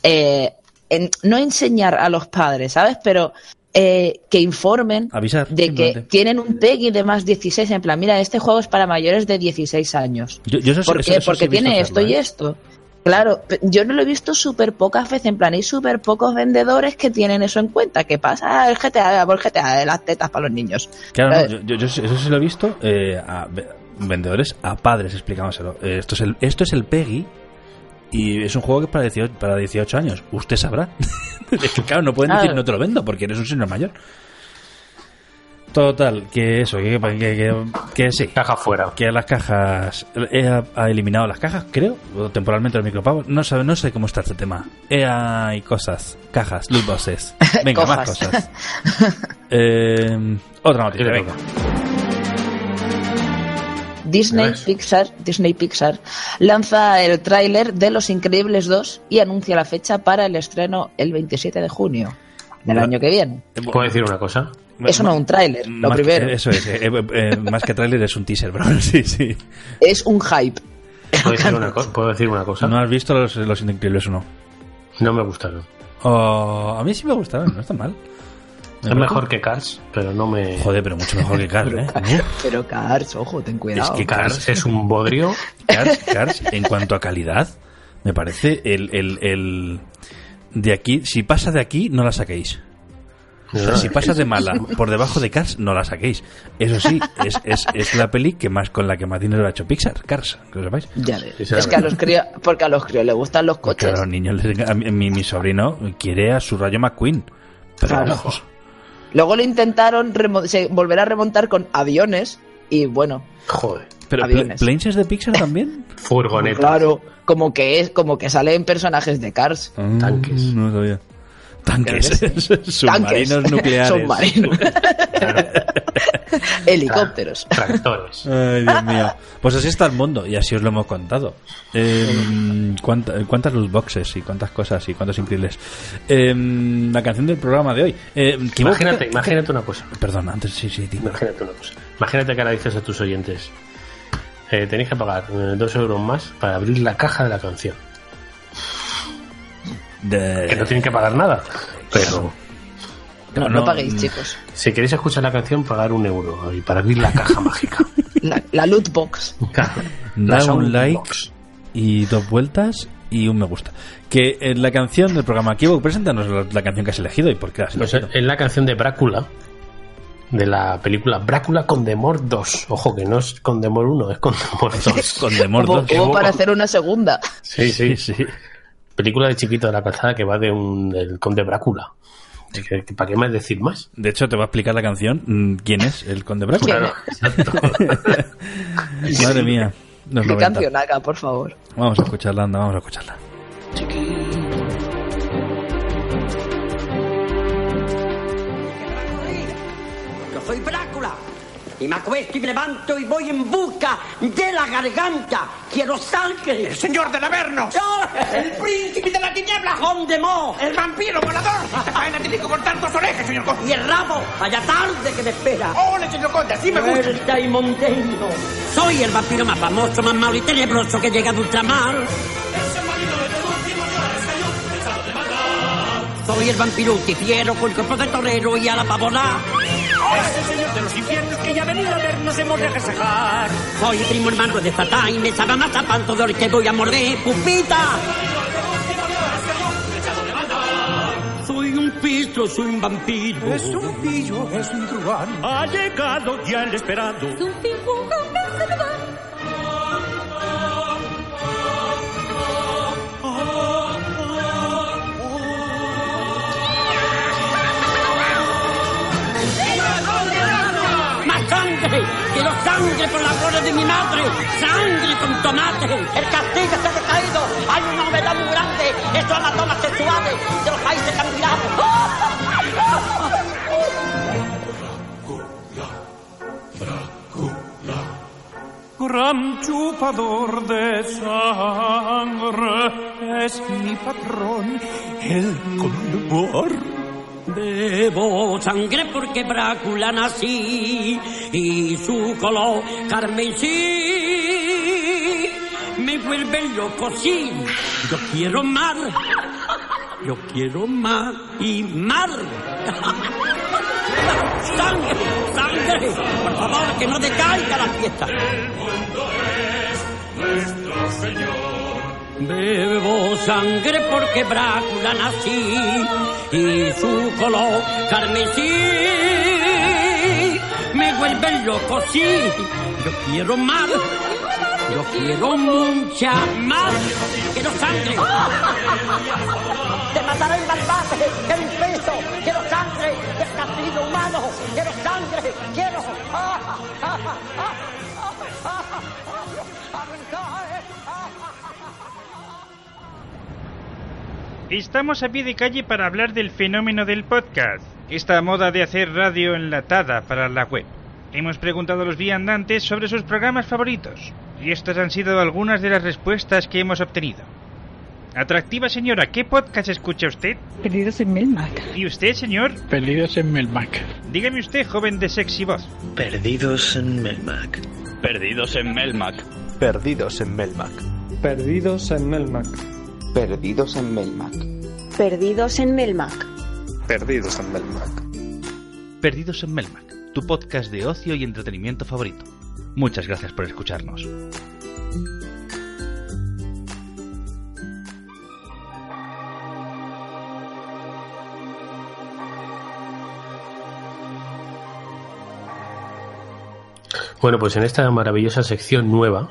no enseñar a los padres, ¿sabes? Pero... que informen avisar, de que tienen un PEGI de más 16, en plan, mira, este juego es para mayores de 16 años. ¿Por qué? Porque tiene esto y esto. Claro, yo no lo he visto súper pocas veces, en plan, hay súper pocos vendedores que tienen eso en cuenta. ¿Qué pasa? El GTA, por GTA, de las tetas para los niños. Claro, no, yo eso sí lo he visto a vendedores, a padres explicándoselo. Esto es el PEGI. Y es un juego que es para 18 años. Usted sabrá. Es que claro, no pueden decir no te lo vendo porque eres un señor mayor. Total, que eso, que sí. Caja fuera. Que las cajas... ha eliminado las cajas, creo, o temporalmente los micropagos. No sé cómo está este tema. Hay cosas, cajas, loot boxes. Venga, más cosas. Otra noticia, venga. Disney Pixar lanza el tráiler de Los Increíbles 2 y anuncia la fecha para el estreno el 27 de junio del año que viene. ¿Puedo decir una cosa? Eso no es un tráiler, lo primero. Eso es, más que tráiler es un teaser, bro. Sí. Es un hype. ¿Puedo decir una cosa? ¿No has visto los Increíbles 1? No me gustaron. A mí sí me gustaron, no está mal. Es mejor que Cars, pero no me... Joder, pero mucho mejor que Cars, Pero Cars, ojo, ten cuidado. Es que Cars es un bodrio. Cars, en cuanto a calidad, me parece el de aquí... Si pasa de aquí, no la saquéis. O sea, si pasa de mala por debajo de Cars, no la saquéis. Eso sí, es la peli con la que más dinero ha hecho Pixar, Cars, que lo sepáis. Ya ves. Es que a los críos les gustan los coches. Porque a los niños, mi sobrino quiere a su Rayo McQueen. Pero claro. Luego lo intentaron volver a remontar con aviones y bueno. Joder. ¿Pero Planes es de Pixar también? Furgonetas. Claro, como que salen personajes de Cars. Tanques. No sabía. Tanques. Submarinos nucleares. Submarinos. Helicópteros. Tractores. Ay, Dios mío. Pues así está el mundo y así os lo hemos contado. ¿Cuántas loot boxes y cuántas cosas y cuántos increíbles. La canción del programa de hoy. Imagínate una cosa. Perdón, antes sí, tío. Imagínate una cosa. Imagínate que ahora dices a tus oyentes: tenéis que pagar 2 euros más para abrir la caja de la canción. Que no tienen que pagar nada, pero no paguéis, chicos. Si queréis escuchar la canción, pagar 1 euro y para abrir la caja mágica. La loot box. Da un like y 2 vueltas y un me gusta. Que la canción del programa Equivoco, preséntanos la canción que has elegido y por qué la has elegido. Es la canción de Brácula, de la película Brácula Condemor 2. Ojo, que no es Condemor 1, es Condemor 2. Condemor 2. Como para hacer una segunda. Sí. Película de Chiquito de la Calzada que va del conde Brácula. ¿Para qué más decir más? De hecho, te voy a explicar la canción. ¿Quién es el conde Brácula? Claro, exacto. Madre mía. ¿Qué canción haga, por favor? Vamos a escucharla, anda, vamos a escucharla. Yo soy Brácula. Y me acuesto y me levanto y voy en busca de la garganta. ¡Quiero sangre! ¡El señor del Averno! ¡El príncipe de la tiniebla! ¡Condemor! ¡El vampiro volador! ¡Esta faena tiene que cortar 2 orejas, señor conde! ¡Y el rabo! ¡Vaya tarde que me espera! ¡Ole, señor conde! ¡Así me gusta! ¡Fuerza y monteño! Soy el vampiro más famoso, más malo y tenebroso que llega de ultramar. Soy el vampiro ultifiero con cuerpo de torero y a la pavona. ¡Es el señor de los infiernos que ya ha venido a vernos hemos de agasajar! Soy primo hermano de Satán y me sabe mazapán todo el que voy a morder, pupita. Soy un pistro, soy un vampiro. Es un pillo, es un truán. Ha llegado ya el esperado. Es un figura vencedor. Quiero sangre por la gloria de mi madre, sangre con tomate. El castillo se ha decaído, hay una novedad muy grande. Esto es la toma sexuales de los países candidatos. Gran chupador de sangre es mi patrón, el Condemor. Bebo sangre porque Brácula nací y su color carmesí me vuelve loco, sí. Yo quiero más y más. Sangre, por favor, que no decaiga la fiesta. El mundo es nuestro Señor. Bebo sangre porque Brácula nací y su color carmesí me vuelve loco, sí. Yo quiero más, yo quiero mucha más. Quiero sangre. Te mataré en Balbate, en un peso. Quiero sangre del castigo humano. Quiero sangre, quiero. Estamos a pie de calle para hablar del fenómeno del podcast, esta moda de hacer radio enlatada para la web. Hemos preguntado a los viandantes sobre sus programas favoritos, y estas han sido algunas de las respuestas que hemos obtenido. Atractiva señora, ¿qué podcast escucha usted? Perdidos en Melmac. ¿Y usted, señor? Perdidos en Melmac. Dígame usted, joven de sexy voz. Perdidos en Melmac. Perdidos en Melmac. Perdidos en Melmac. Perdidos en Melmac. Perdidos en Melmac. Perdidos en Melmac. Perdidos en Melmac. Perdidos en Melmac, tu podcast de ocio y entretenimiento favorito. Muchas gracias por escucharnos. Bueno, pues en esta maravillosa sección nueva,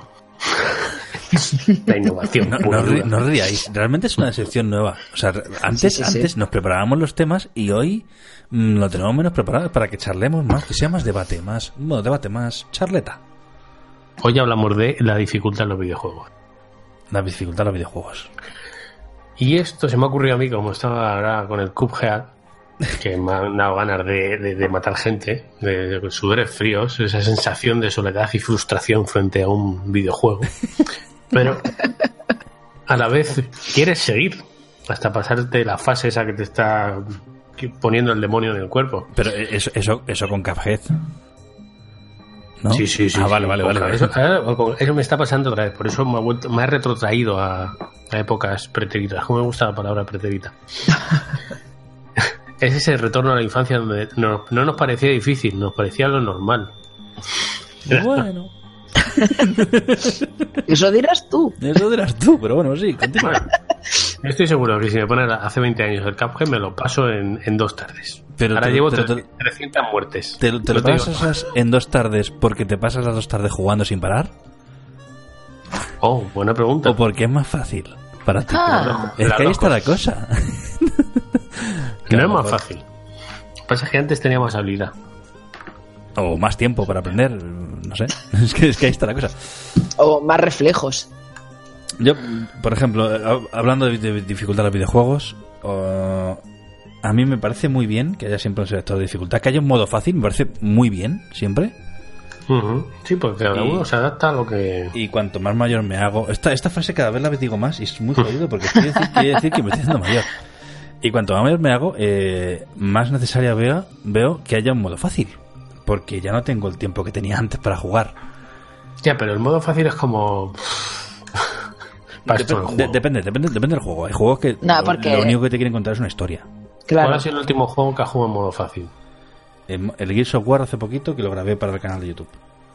la innovación. No ríais, realmente es una sección nueva. O sea, antes nos preparábamos los temas y hoy lo tenemos menos preparado para que charlemos más, que sea más debate, más charleta. Hoy hablamos de la dificultad en los videojuegos. La dificultad en los videojuegos. Y esto se me ha ocurrido a mí, como estaba ahora con el Cuphead, que me han dado ganas de matar gente, de sudores fríos, esa sensación de soledad y frustración frente a un videojuego. Pero a la vez quieres seguir hasta pasarte la fase esa que te está poniendo el demonio en el cuerpo. Pero eso con Cuphead, ¿no? Sí. Vale. Eso me está pasando otra vez, por eso me ha retrotraído a épocas pretéritas. ¿Cómo me gusta la palabra pretérita? Es ese retorno a la infancia donde no nos parecía difícil, nos parecía lo normal. Bueno. Eso dirás tú, pero bueno, sí, continúa. Bueno, estoy seguro que si me ponen hace 20 años el Cuphead me lo paso en 2 tardes. Pero ahora llevo 300 muertes. ¿Te lo pasas en 2 tardes porque te pasas las 2 tardes jugando sin parar? Oh, buena pregunta. ¿O porque es más fácil para ti? Es que ahí está la cosa. No es más fácil. Lo que pasa es que antes tenía más habilidad. O más tiempo para aprender, no sé. Es que ahí está la cosa. O más reflejos. Yo, por ejemplo, hablando de dificultad de los videojuegos, a mí me parece muy bien que haya siempre un selector de dificultad. Que haya un modo fácil, me parece muy bien, siempre. Sí, porque cada uno se adapta a lo que... Y cuanto más mayor me hago... Esta frase cada vez la digo más y es muy jodido porque quiere decir que me estoy haciendo mayor. Y cuanto más mayor me hago, más necesaria veo que haya un modo fácil. Porque ya no tengo el tiempo que tenía antes para jugar. Ya, pero el modo fácil es como... Depende del juego. Hay juegos que lo único que te quieren contar es una historia. Claro. ¿Cuál ha sido el último juego que has jugado en modo fácil? El Gears of War hace poquito, que lo grabé para el canal de YouTube.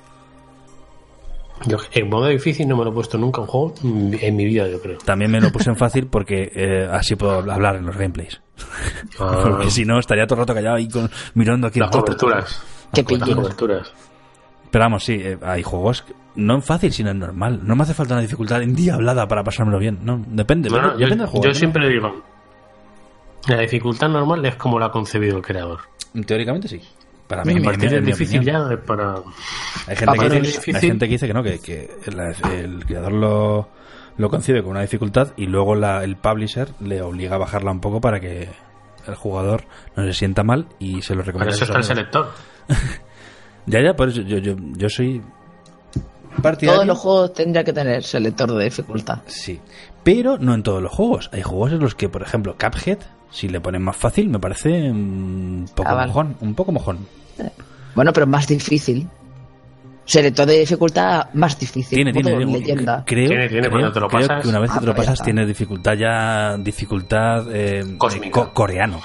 Yo en modo difícil no me lo he puesto nunca un juego en mi vida, yo creo. También me lo puse en fácil porque así puedo hablar en los gameplays. Porque si no estaría todo el rato callado ahí mirando aquí las coberturas. Qué pillín. Pero vamos, sí, hay juegos no en fácil sino en normal. No me hace falta una dificultad endiablada para pasármelo bien. No, depende del juego. Yo siempre digo, la dificultad normal es como la ha concebido el creador. Teóricamente sí. Para mí, a partir del difícil ya es para... Hay gente que dice que no, que el creador lo concibe con una dificultad y luego el publisher le obliga a bajarla un poco para que el jugador no se sienta mal y se lo recomienda. Para eso está el selector. Ya, por eso yo soy partidario. Todos los juegos tendría que tener selector de dificultad. Sí, pero no en todos los juegos. Hay juegos en los que, por ejemplo, Cuphead, si le ponen más fácil, me parece un poco mojón. Bueno, pero más difícil. Selector de dificultad más difícil. Tiene leyenda. Creo que una vez que te lo pasas tiene dificultad coreano.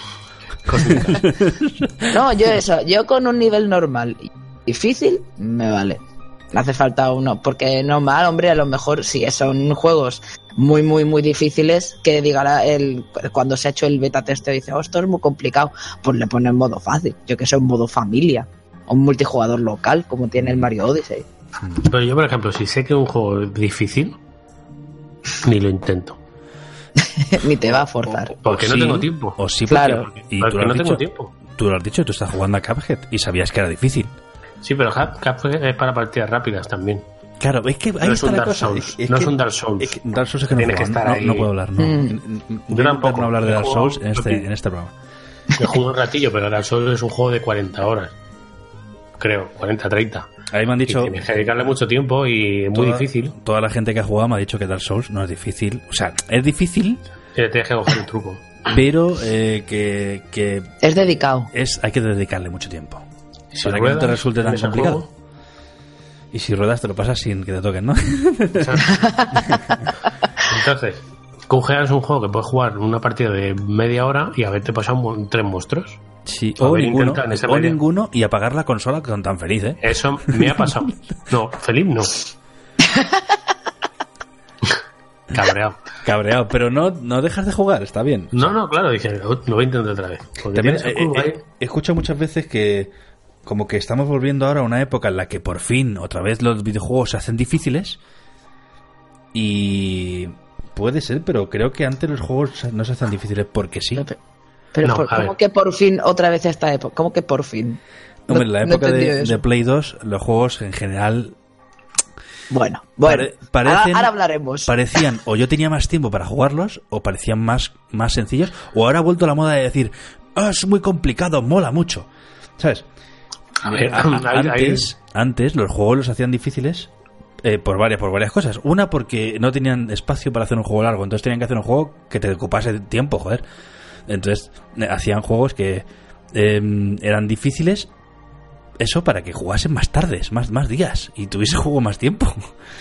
No, yo con un nivel normal y difícil me vale. No hace falta uno, porque normal, hombre, a lo mejor si son juegos muy, muy, muy difíciles, que diga cuando se ha hecho el beta testeo dice, esto es muy complicado, pues le ponen modo fácil, yo que sé, en modo familia, o un multijugador local, como tiene el Mario Odyssey. Pero yo, por ejemplo, si sé que un juego es difícil, ni lo intento. Ni te va a forzar. Porque no tengo tiempo. O sí, claro. Porque no tengo tiempo. Tú lo has dicho, tú estás jugando a Cuphead y sabías que era difícil. Sí, pero Cuphead es para partidas rápidas también. Claro, es que ahí no está la cosa. No es un Dark Souls. Dark Souls es que no puedo hablar. Yo tampoco no hablar de Dark Souls en este programa. Yo juego un ratillo, pero Dark Souls es un juego de 40 horas. Creo, 40, 30. Ahí me han dicho... Tienes que dedicarle mucho tiempo y es muy difícil. Toda la gente que ha jugado me ha dicho que Dark Souls no es difícil. O sea, es difícil... Tienes que coger el truco. Pero que es dedicado. Hay que dedicarle mucho tiempo. Si para que no te resulte tan complicado. Y si ruedas te lo pasas sin que te toquen, ¿no? Entonces, Cuphead es un juego que puedes jugar una partida de media hora y haberte pasado 3 monstruos. Sí, o ninguno y apagar la consola con tan feliz, ¿eh? Eso me ha pasado. No, feliz no. Cabreado, pero no dejas de jugar, está bien. No, claro, dije, lo voy a intentar otra vez. También he escuchado muchas veces que como que estamos volviendo ahora a una época en la que por fin otra vez los videojuegos se hacen difíciles. Y puede ser, pero creo que antes los juegos no se hacen difíciles porque sí. Pero no, ¿cómo que por fin otra vez esta época? ¿Cómo que por fin? Hombre, en la época de Play 2 los juegos en general... Bueno, ahora hablaremos. Parecían, o yo tenía más tiempo para jugarlos, o parecían más sencillos, o ahora ha vuelto la moda de decir, es muy complicado, mola mucho. ¿Sabes? Antes los juegos los hacían difíciles por varias cosas. Una, porque no tenían espacio para hacer un juego largo, entonces tenían que hacer un juego que te ocupase tiempo, joder. Entonces hacían juegos que eran difíciles, eso para que jugasen más tardes, más días, y tuviese juego más tiempo.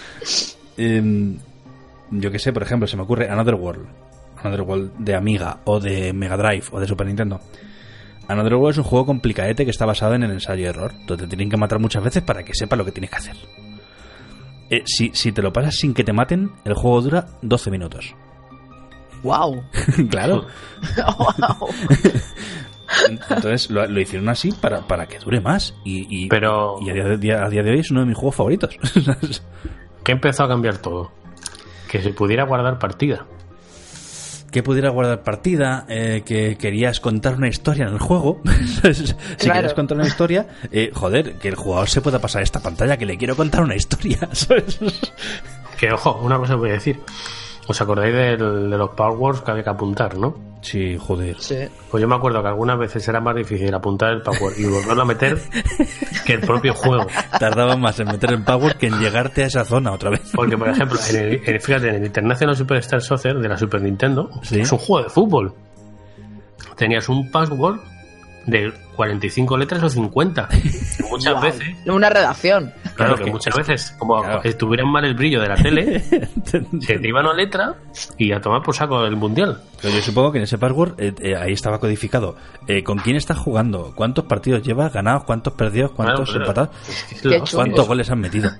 Yo que sé, por ejemplo, se me ocurre Another World de Amiga o de Mega Drive o de Super Nintendo. Another World es un juego complicadete que está basado en el ensayo y error, donde te tienen que matar muchas veces para que sepas lo que tienes que hacer. Si te lo pasas sin que te maten, el juego dura 12 minutos. ¡Wow! Claro. ¡Wow! Entonces lo hicieron así para que dure más. Y a día de hoy es uno de mis juegos favoritos. ¿Qué empezó a cambiar todo? Que se pudiera guardar partida. Que querías contar una historia en el juego. Si quieres contar una historia, joder, que el jugador se pueda pasar esta pantalla, que le quiero contar una historia, ¿sabes? Que ojo, una cosa voy a decir. ¿Os acordáis de los Power Words que había que apuntar, no? Sí, joder. Sí. Pues yo me acuerdo que algunas veces era más difícil apuntar el Power y volverlo a meter que el propio juego. Tardaba más en meter el Power que en llegarte a esa zona otra vez. Porque, por ejemplo, fíjate, en el International Superstar Soccer de la Super Nintendo, ¿sí? Es un juego de fútbol. Tenías un password de 45 letras o 50. Muchas veces. Una redacción. Claro, que muchas veces, como estuvieran mal el brillo de la tele, se te iba una letra y a tomar por saco el mundial. Pero yo supongo que en ese password ahí estaba codificado. ¿Con quién estás jugando? ¿Cuántos partidos llevas ganados? ¿Cuántos perdidos? ¿Cuántos empatados? ¿Cuántos goles han metido?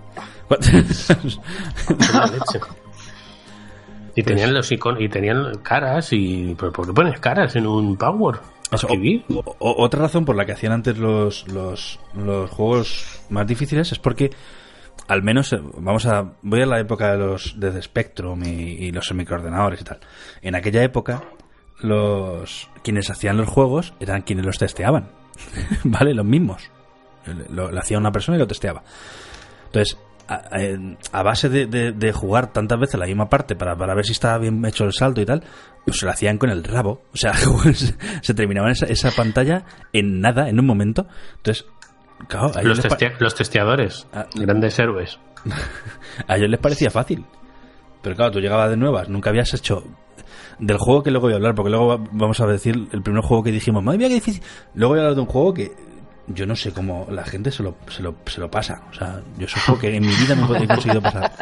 Y tenían los iconos, y tenían caras. ¿Pero por qué pones caras en un Power? Otra razón por la que hacían antes los juegos más difíciles es porque, al menos, voy a la época de Spectrum y los microordenadores y tal. En aquella época, quienes hacían los juegos eran quienes los testeaban. ¿Vale? Los mismos. Lo hacía una persona y lo testeaba. Entonces, a base de jugar tantas veces la misma parte para ver si estaba bien hecho el salto y tal, pues se lo hacían con el rabo. O sea, se terminaban esa pantalla en nada, en un momento. Entonces, claro, los testeadores, grandes héroes. A ellos les parecía fácil. Pero claro, tú llegabas de nuevas, nunca habías hecho... Del juego que luego voy a hablar, porque luego vamos a decir el primer juego que dijimos, madre mía, qué difícil. Luego voy a hablar de un juego que yo no sé cómo la gente se lo pasa. O sea, yo supongo que en mi vida no he conseguido pasar.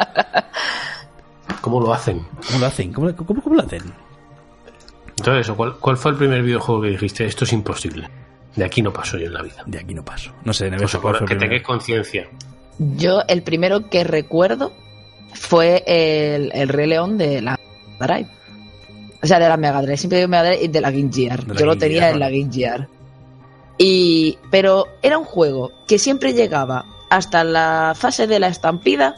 ¿Cómo lo hacen? ¿Cómo lo hacen? ¿Cómo lo hacen? Entonces, ¿cuál fue el primer videojuego que dijiste, esto es imposible? De aquí no paso yo en la vida. De aquí no paso. No sé, Neveso, ¿cuál fue el primero? Que tengáis conciencia. Yo, el primero que recuerdo fue el Rey León de la Drive. O sea, de la Mega Drive. Siempre digo Mega Drive y de la Game Gear. Yo lo tenía en la Game Gear. Pero era un juego que siempre llegaba hasta la fase de la estampida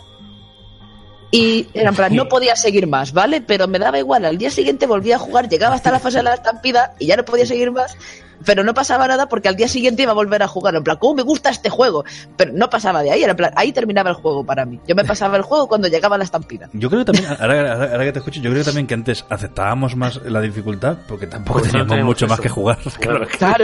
y era en plan, no podía seguir más, ¿vale? Pero me daba igual, al día siguiente volvía a jugar, llegaba hasta la fase de la estampida y ya no podía seguir más, pero no pasaba nada porque al día siguiente iba a volver a jugar, en plan, ¿cómo me gusta este juego? Pero no pasaba de ahí, era en plan, ahí terminaba el juego para mí. Yo me pasaba el juego cuando llegaba a la estampida. Yo creo que también, ahora que te escucho, yo creo también que antes aceptábamos más la dificultad porque tampoco teníamos mucho más que jugar. Claro.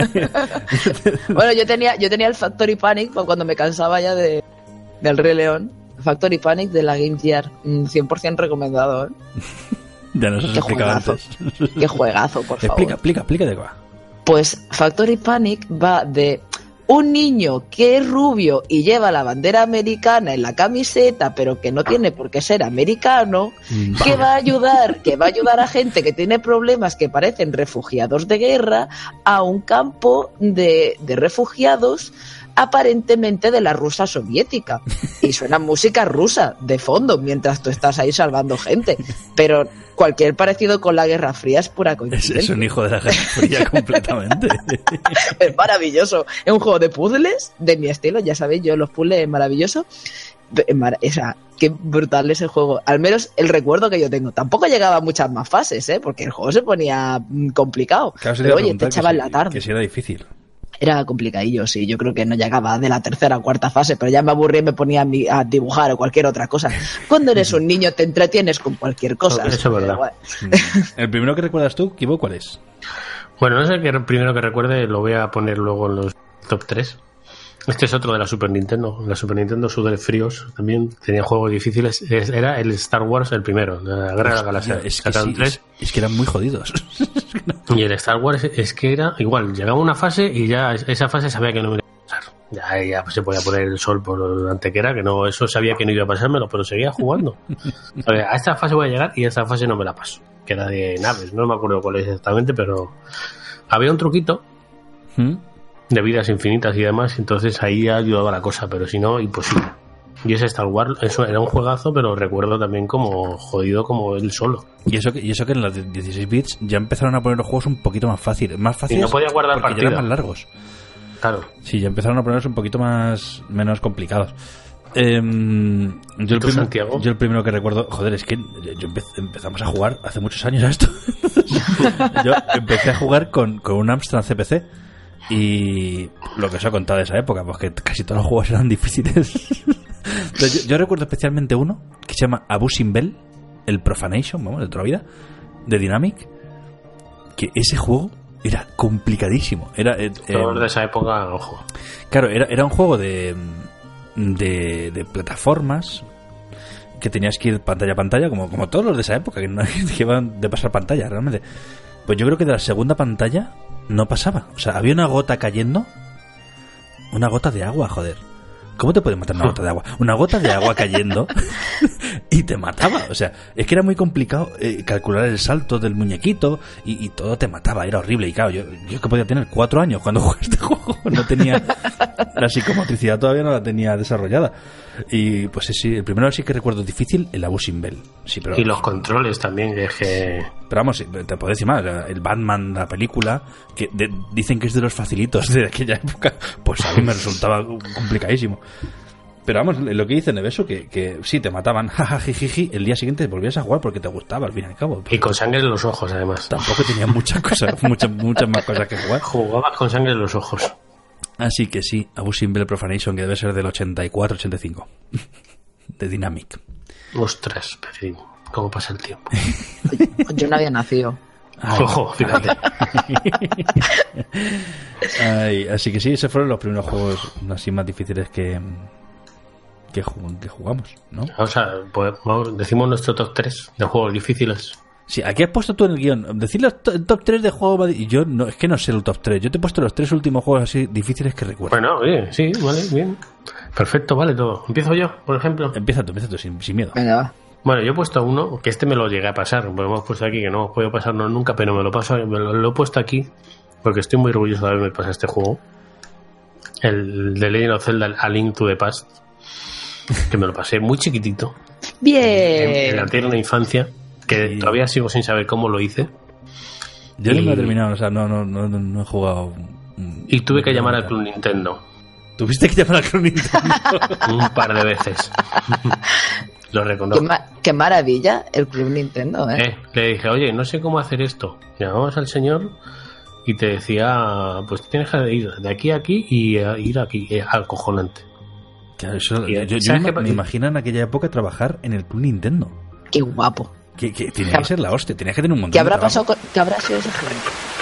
Bueno, yo tenía el Factory Panic cuando me cansaba ya del Rey León. Factory Panic de la Game Gear, 100% recomendado, ¿eh? Ya nos has explicado antes. Qué juegazo, por favor. Explica de qué va. Pues Factory Panic va de un niño que es rubio y lleva la bandera americana en la camiseta, pero que no tiene por qué ser americano, que va a ayudar a gente que tiene problemas que parecen refugiados de guerra a un campo de refugiados aparentemente de la Rusia soviética. Y suena música rusa de fondo mientras tú estás ahí salvando gente. Pero cualquier parecido con la Guerra Fría es pura coincidencia. Es un hijo de la Guerra Fría completamente. Es maravilloso. Es un juego de puzzles de mi estilo, ya sabéis, yo los puzzles es maravilloso. O sea, qué brutal ese juego. Al menos el recuerdo que yo tengo. Tampoco llegaba a muchas más fases, porque el juego se ponía complicado. Claro, pero oye, te echaba en la tarde. Que si era difícil. Era complicadillo, sí. Yo creo que no llegaba de la tercera o cuarta fase, pero ya me aburría y me ponía a dibujar o cualquier otra cosa. Cuando eres un niño te entretienes con cualquier cosa. Eso es verdad. Bueno. ¿El primero que recuerdas tú, Kibo, cuál es? Bueno, no sé qué primero que recuerde, lo voy a poner luego en los top 3. Este es otro de la Super Nintendo. La Super Nintendo Sudores Fríos también tenía juegos difíciles. Era el Star Wars el primero, la Guerra de la Galaxia. Es que eran muy jodidos. Y el Star Wars es que era igual. Llegaba una fase y ya esa fase sabía que no me iba a pasar. Ya se podía poner el sol por antequera, que no, eso sabía que no iba a pasármelo, pero seguía jugando. A esta fase voy a llegar y a esta fase no me la paso. Que era de naves, no me acuerdo cuál es exactamente, pero había un truquito. De vidas infinitas y demás, entonces ahí ayudaba la cosa, pero si no, imposible. Y ese Star Wars, eso era un juegazo, pero recuerdo también como jodido como él solo. Y eso que en las 16 bits ya empezaron a poner los juegos un poquito más fáciles. Y no podía guardar porque partida. Ya eran más largos. Claro. Sí, ya empezaron a ponerlos un poquito menos complicados. Yo el primero que recuerdo, joder, es que empezamos a jugar hace muchos años a esto. Yo empecé a jugar con un Amstrad CPC. Y lo que os he contado de esa época, pues que casi todos los juegos eran difíciles. Entonces, yo recuerdo especialmente uno que se llama Abusing Bell, el Profanation, vamos, de toda la vida, de Dynamic. Que ese juego era complicadísimo. Todos de esa época, ojo. Claro, era un juego de plataformas que tenías que ir pantalla a pantalla, como todos los de esa época, que iban de pasar pantalla, realmente. Pues yo creo que de la segunda pantalla no pasaba. O sea, había una gota cayendo. Una gota de agua, joder. ¿Cómo te puede matar una gota de agua? Una gota de agua cayendo y te mataba. O sea, es que era muy complicado calcular el salto del muñequito y todo te mataba. Era horrible. Y claro, yo que podía tener 4 años cuando jugué este juego. No tenía... La psicomotricidad todavía no la tenía desarrollada. Y pues sí, el primero sí que recuerdo difícil, el Abusing Bell. Sí, pero, y los controles también, es que... Pero vamos, te puedo decir más, el Batman, la película, que dicen que es de los facilitos de aquella época, pues a mí me resultaba complicadísimo. Pero vamos, lo que dice Neveso, que sí, te mataban, jajajiji, el día siguiente volvías a jugar porque te gustaba, al fin y al cabo. Y con sangre en los ojos, además. Tampoco tenía muchas cosas, muchas más cosas que jugar. Jugabas con sangre en los ojos. Así que sí, Abusing Bell Profanation, que debe ser del 84-85, de Dynamic. Ostras, Pedrín, ¿cómo pasa el tiempo? Yo no había nacido. Ojo, fíjate. Así que sí, esos fueron los primeros juegos así más difíciles que jugamos, ¿no? O sea, pues, decimos nuestro top 3 de juegos difíciles. Sí, aquí has puesto tú en el guión. Decir el top 3 de juegos. Y yo no, es que no sé el top 3. Yo te he puesto los 3 últimos juegos así difíciles que recuerdo. Bueno, oye, sí, vale, bien. Perfecto, vale todo. ¿Empiezo yo, por ejemplo? Empieza tú, sin miedo. Venga, va. Bueno, yo he puesto uno, que este me lo llegué a pasar. Lo hemos puesto aquí, que no hemos podido pasarnos nunca, pero me lo he puesto aquí porque estoy muy orgulloso de haberme pasado este juego. El de Legend of Zelda, A Link to the Past, que me lo pasé muy chiquitito. Bien. En la infancia. Que todavía sigo sin saber cómo lo hice. Yo no me he terminado, o sea, no he jugado. Y tuve que llamar al Club Nintendo. ¿Tuviste que llamar al Club Nintendo? Un par de veces. Lo reconozco. Qué maravilla el Club Nintendo, Le dije, oye, no sé cómo hacer esto. Llamamos al señor y te decía, pues tienes que ir de aquí a aquí y ir aquí, acojonante. Claro, eso, yo me imagino en aquella época trabajar en el Club Nintendo. Qué guapo. Que tenía que ser la hostia, tenía que tener un montón de trabajo. ¿Qué habrá sido ese juego?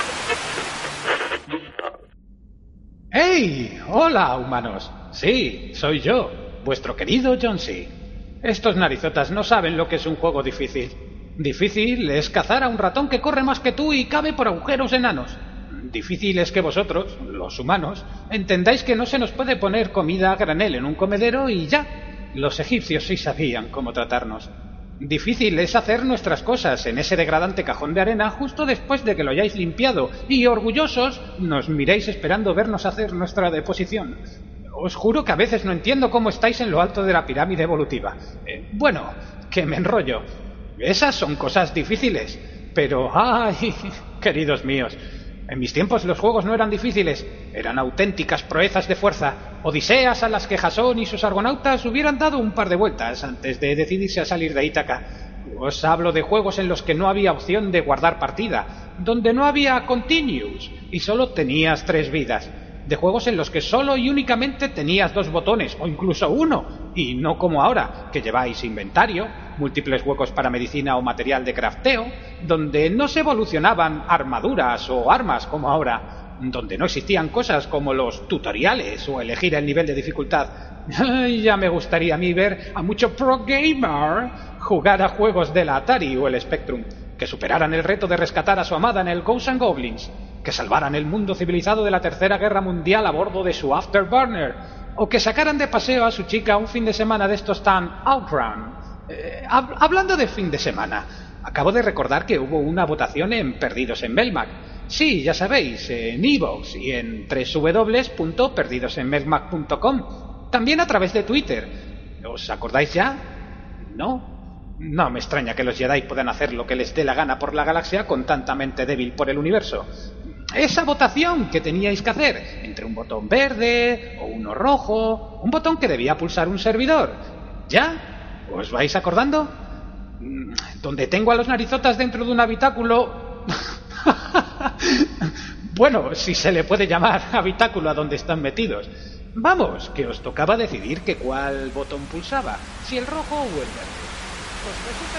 ¡Hey! ¡Hola, humanos! Sí, soy yo, vuestro querido John C. Estos narizotas no saben lo que es un juego difícil. Difícil es cazar a un ratón que corre más que tú y cabe por agujeros enanos. Difícil es que vosotros, los humanos, entendáis que no se nos puede poner comida a granel en un comedero y ya. Los egipcios sí sabían cómo tratarnos. Difícil es hacer nuestras cosas en ese degradante cajón de arena justo después de que lo hayáis limpiado y orgullosos nos miréis esperando vernos hacer nuestra deposición. Os juro que a veces no entiendo cómo estáis en lo alto de la pirámide evolutiva. Bueno, que me enrollo. Esas son cosas difíciles. Pero, ¡ay! Queridos míos, en mis tiempos los juegos no eran difíciles. Eran auténticas proezas de fuerza. Odiseas a las que Jasón y sus argonautas hubieran dado un par de vueltas antes de decidirse a salir de Ítaca. Os hablo de juegos en los que no había opción de guardar partida, donde no había continues y solo tenías 3 vidas. De juegos en los que solo y únicamente tenías 2 botones, o incluso 1, y no como ahora, que lleváis inventario, múltiples huecos para medicina o material de crafteo, donde no se evolucionaban armaduras o armas como ahora, donde no existían cosas como los tutoriales o elegir el nivel de dificultad. Ya me gustaría a mí ver a mucho pro gamer jugar a juegos de la Atari o el Spectrum, que superaran el reto de rescatar a su amada en el Ghosts and Goblins, que salvaran el mundo civilizado de la Tercera Guerra Mundial a bordo de su Afterburner, o que sacaran de paseo a su chica un fin de semana de estos tan outrun. Hablando de fin de semana, acabo de recordar que hubo una votación en Perdidos en Melmac. Sí, ya sabéis, en iVoox y en www.perdidosenmelmac.com. También a través de Twitter. ¿Os acordáis ya? ¿No? No me extraña que los Jedi puedan hacer lo que les dé la gana por la galaxia con tanta mente débil por el universo. Esa votación que teníais que hacer entre un botón verde o uno rojo, un botón que debía pulsar un servidor. ¿Ya? ¿Os vais acordando? Donde tengo a los narizotas dentro de un habitáculo... Bueno, si se le puede llamar habitáculo a donde están metidos. Vamos, que os tocaba decidir que cuál botón pulsaba, si el rojo o el verde. Pues resulta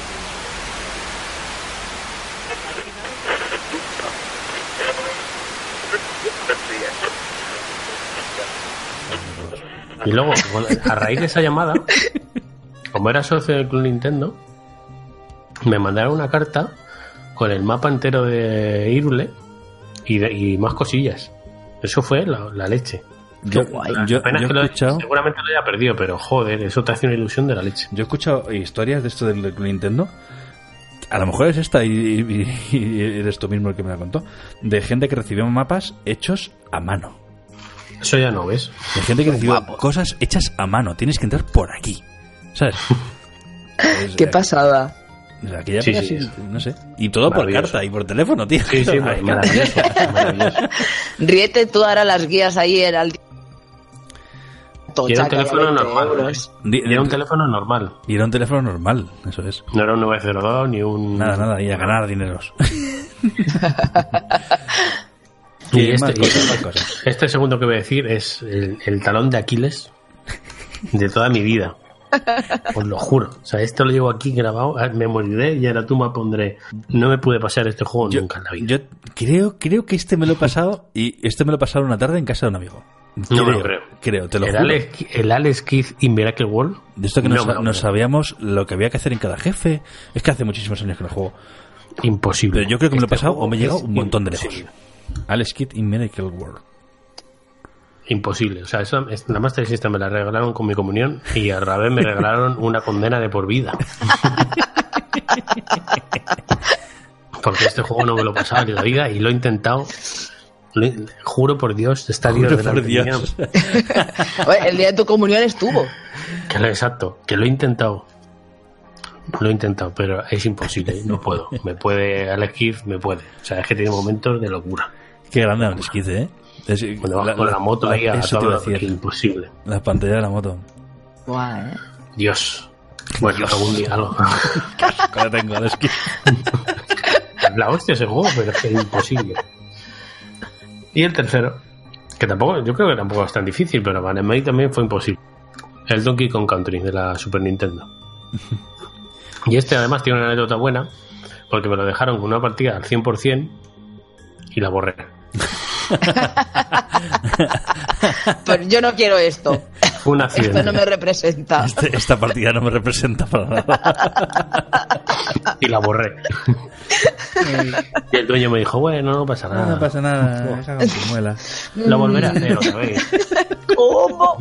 que... Y luego, a raíz de esa llamada, como era socio del Club Nintendo, me mandaron una carta con el mapa entero de Hyrule y más cosillas. Eso fue la leche. Yo he escuchado... Seguramente lo haya perdido, pero joder, eso te hace una ilusión de la leche. Yo he escuchado historias de esto del Nintendo. A lo mejor es esta y eres tú mismo el que me la contó. De gente que recibió mapas hechos a mano. Eso ya no ves. De gente que recibió cosas hechas a mano. Tienes que entrar por aquí, ¿sabes? Qué pasada. Aquella sí, no sé. Y todo por carta y por teléfono, tío. Sí, maravilloso. Ríete tú ahora las guías ahí en el... Y era un teléfono normal. Era un teléfono normal. Y era un teléfono normal, eso es. No era un 902 ni un... Nada, y a ganar dineros. Y este segundo que voy a decir es el talón de Aquiles de toda mi vida. Os lo juro. O sea, esto lo llevo aquí grabado, me moriré y ahora tú me pondré. No me pude pasar este juego nunca en la vida. Yo creo que este me lo he pasado y me lo he pasado una tarde en casa de un amigo. No me lo creo. Te lo juro. El Alex Kidd in Miracle World. De esto que no sabíamos lo que había que hacer en cada jefe. Es que hace muchísimos años que no juego. Imposible. Pero yo creo que me lo he pasado o me he llegado un montón de lejos. Alex Kidd in Miracle World. Imposible. O sea, eso, la Master System me la regalaron con mi comunión y a Rabé me regalaron una condena de por vida. Porque este juego no me lo pasaba en la vida y lo he intentado. Juro por Dios, está Dios de la Dios. El día de tu comunión estuvo. Exacto, que lo he intentado. Lo he intentado, pero es imposible, no puedo. Alex Kidd me puede. O sea, es que tiene momentos de locura. Qué grande Alex Kidd, ¿eh? Con la moto ahí a todo, imposible. La pantalla de la moto. Guau, Dios. Bueno, algún día algo. Ahora tengo Alex Kidd. La hostia ese juego, pero es que es imposible. Y el tercero, que tampoco, yo creo que tampoco es tan difícil, pero para mí también fue imposible. El Donkey Kong Country de la Super Nintendo. Y este además tiene una anécdota buena, porque me lo dejaron con una partida al 100% y la borré. Pues yo no quiero esto. Fue un accidente. Esto no me representa. Esta partida no me representa para nada. Y la borré. Y el dueño me dijo, bueno, no pasa nada. No pasa nada, esa muela. Lo volveré a hacer otra vez. ¿Cómo?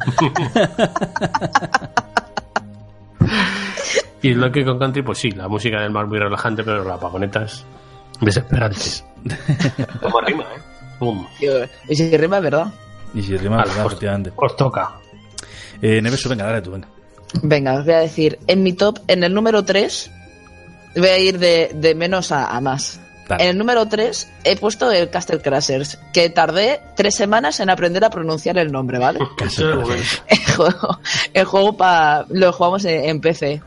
Y el Donkey Kong Country, pues sí, la música del mar muy relajante, pero las vagonetas desesperantes. Como rima, ¿eh? Pum. Y si rima, ¿verdad? Y si rima, verdad, efectivamente. Os toca. Nevesu, venga, dale tú, venga. Venga, os voy a decir, en mi top, en el número 3, voy a ir de menos a más. Dale. En el número 3 he puesto el Castle Crashers, que tardé 3 semanas en aprender a pronunciar el nombre, ¿vale? el juego lo jugamos en PC.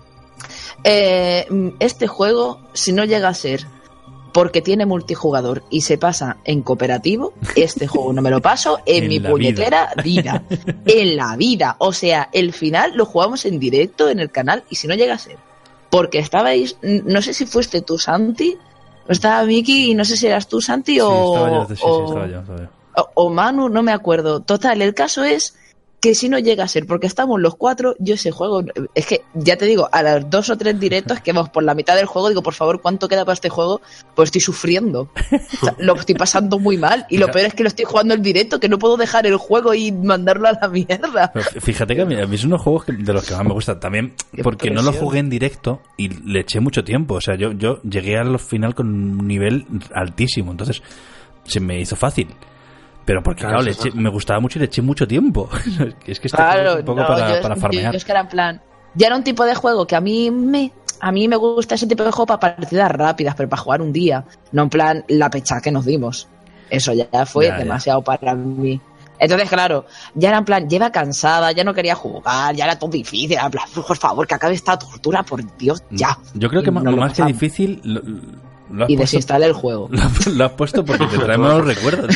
Este juego, si no llega a ser porque tiene multijugador y se pasa en cooperativo, este juego no me lo paso en mi puñetera vida. En la vida. O sea, el final lo jugamos en directo en el canal y si no llega a ser porque estabais, no sé si fuiste tú, Santi, o estaba Miki y no sé si eras tú, Santi, estaba yo. O Manu, no me acuerdo. Total, el caso es que si no llega a ser porque estamos los 4, yo ese juego, es que ya te digo, a las 2 o 3 directos que vamos por la mitad del juego, digo, por favor, ¿cuánto queda para este juego? Pues estoy sufriendo, o sea, lo estoy pasando muy mal y lo peor es que lo estoy jugando en directo, que no puedo dejar el juego y mandarlo a la mierda. Pero fíjate que a mí es unos juegos de los que más me gusta también, porque no lo jugué en directo y le eché mucho tiempo, o sea, yo llegué al final con un nivel altísimo, entonces se me hizo fácil. Pero porque, claro, me gustaba mucho y le eché mucho tiempo. Es que claro, un poco para farmear. Yo es que era en plan... Ya era un tipo de juego que a mí me gusta ese tipo de juego para partidas rápidas, pero para jugar un día. No en plan la pecha que nos dimos. Eso ya fue demasiado para mí. Entonces, claro, ya era en plan... Lleva cansada, ya no quería jugar, ya era todo difícil. Era en plan, por favor, que acabe esta tortura, por Dios, ya. Yo creo que más que difícil... Y desinstale el juego. Lo has puesto porque te trae malos recuerdos.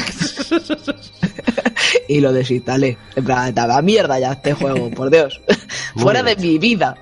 Y lo desinstalé. En plan, da mierda ya este juego, por Dios. Fuera de mi vida.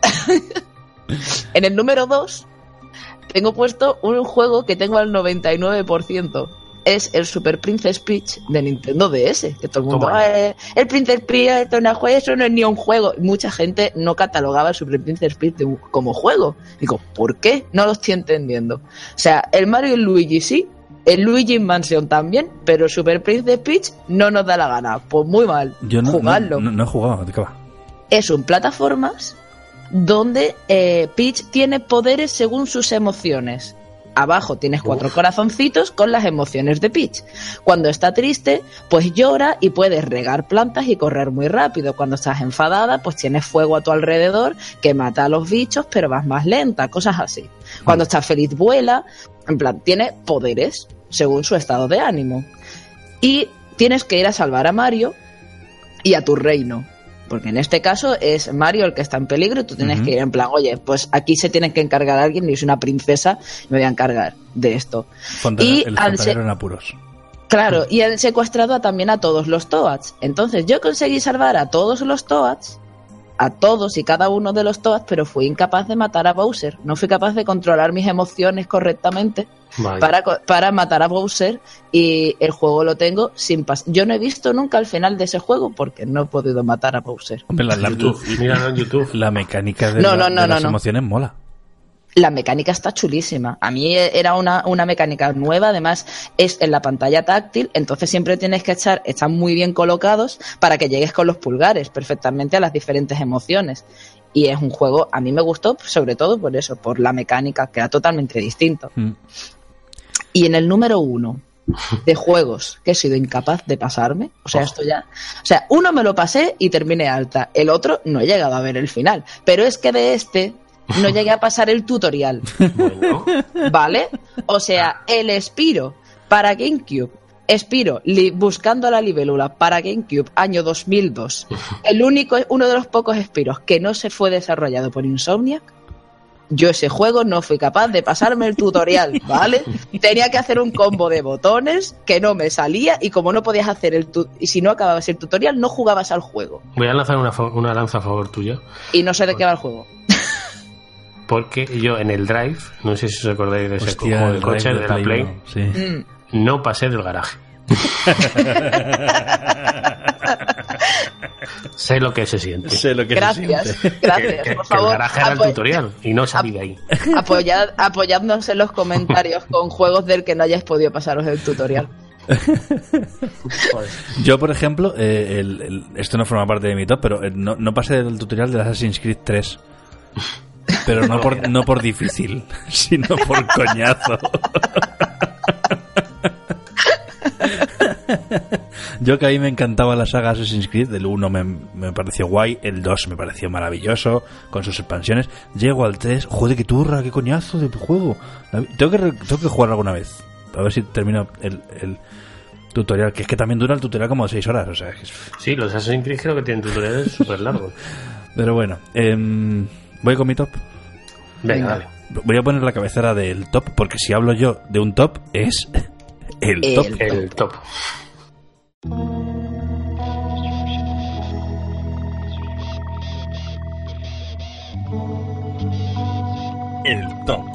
En el número 2 tengo puesto un juego que tengo al 99%. Es el Super Princess Peach de Nintendo DS. Que todo el mundo, el Princess Peach, esto no es ni un juego. Mucha gente no catalogaba el Super Princess Peach como juego. Digo, ¿por qué? No lo estoy entendiendo. O sea, el Mario y el Luigi sí, el Luigi Mansion también, pero el Super Princess Peach no nos da la gana. Pues muy mal. Yo jugadlo. No he jugado, ¿de qué va? Es un plataformas donde Peach tiene poderes según sus emociones. Abajo tienes 4 corazoncitos con las emociones de Peach. Cuando está triste, pues llora y puedes regar plantas y correr muy rápido. Cuando estás enfadada, pues tienes fuego a tu alrededor que mata a los bichos, pero vas más lenta, cosas así. Cuando estás feliz, vuela. En plan, tiene poderes según su estado de ánimo. Y tienes que ir a salvar a Mario y a tu reino. Porque en este caso es Mario el que está en peligro y tú tienes que ir en plan, oye, pues aquí se tiene que encargar alguien, y soy una princesa, me voy a encargar de esto. El fontanero en apuros. Claro, y han secuestrado también a todos los Toads. Entonces yo conseguí salvar a todos los Toads, a todos y cada uno de los Toads, pero fui incapaz de matar a Bowser. No fui capaz de controlar mis emociones correctamente para matar a Bowser, y el juego lo tengo sin pasar. Yo no he visto nunca el final de ese juego porque no he podido matar a Bowser. Hombre, míralo en YouTube. La mecánica de las emociones mola. La mecánica está chulísima. A mí era una mecánica nueva, además es en la pantalla táctil, entonces siempre tienes que están muy bien colocados para que llegues con los pulgares perfectamente a las diferentes emociones. Y es un juego, a mí me gustó sobre todo por eso, por la mecánica, que era totalmente distinto. Y en el número 1 de juegos que he sido incapaz de pasarme, o sea, esto ya... O sea, uno me lo pasé y terminé alta, el otro no he llegado a ver el final, pero es que de este... no llegué a pasar el tutorial. Bueno. ¿Vale? O sea, el Spyro para GameCube. Spyro buscando a la libélula para GameCube, año 2002. Uno de los pocos Spyros que no se fue desarrollado por Insomniac. Yo ese juego no fui capaz de pasarme el tutorial, ¿vale? Tenía que hacer un combo de botones que no me salía, y como no podías hacer y si no acababas el tutorial, no jugabas al juego. Voy a lanzar una lanza a favor tuya. Y no sé de qué va el juego. Porque yo en el Drive, no sé si os acordáis de ese juego del coche de la Play, no pasé del garaje. Sé lo que se siente. Gracias, por favor. El garaje era el tutorial y no salí de ahí. Apoyadnos en los comentarios con juegos del que no hayáis podido pasaros el tutorial. Yo, por ejemplo, esto no forma parte de mi top, pero no pasé del tutorial de Assassin's Creed 3. Pero no por difícil, sino por coñazo. Yo que a mí me encantaba la saga Assassin's Creed, el 1 me pareció guay, el 2 me pareció maravilloso, con sus expansiones. Llego al 3, joder, qué turra, qué coñazo de juego. Tengo que jugar alguna vez, a ver si termino el tutorial, que es que también dura el tutorial como 6 horas. O sea, sí, los Assassin's Creed creo que tienen tutoriales súper largos. Pero bueno, voy con mi top. Venga, dale. Voy a poner la cabecera del top, porque si hablo yo de un top, es el top. El top. El top.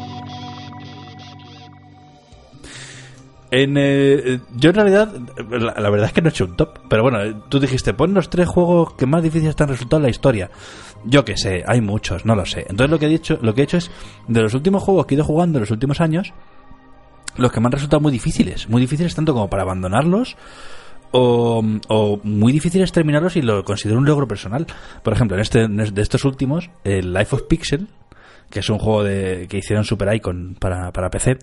Yo en realidad, la verdad es que no he hecho un top, pero bueno, tú dijiste, pon los 3 juegos que más difíciles te han resultado en la historia. Yo que sé, hay muchos, no lo sé. Entonces lo que he hecho es, de los últimos juegos que he ido jugando en los últimos años, los que me han resultado muy difíciles tanto como para abandonarlos, o muy difíciles terminarlos y lo considero un logro personal. Por ejemplo, de estos últimos, el Life of Pixel, que es un juego que hicieron Super Icon para PC,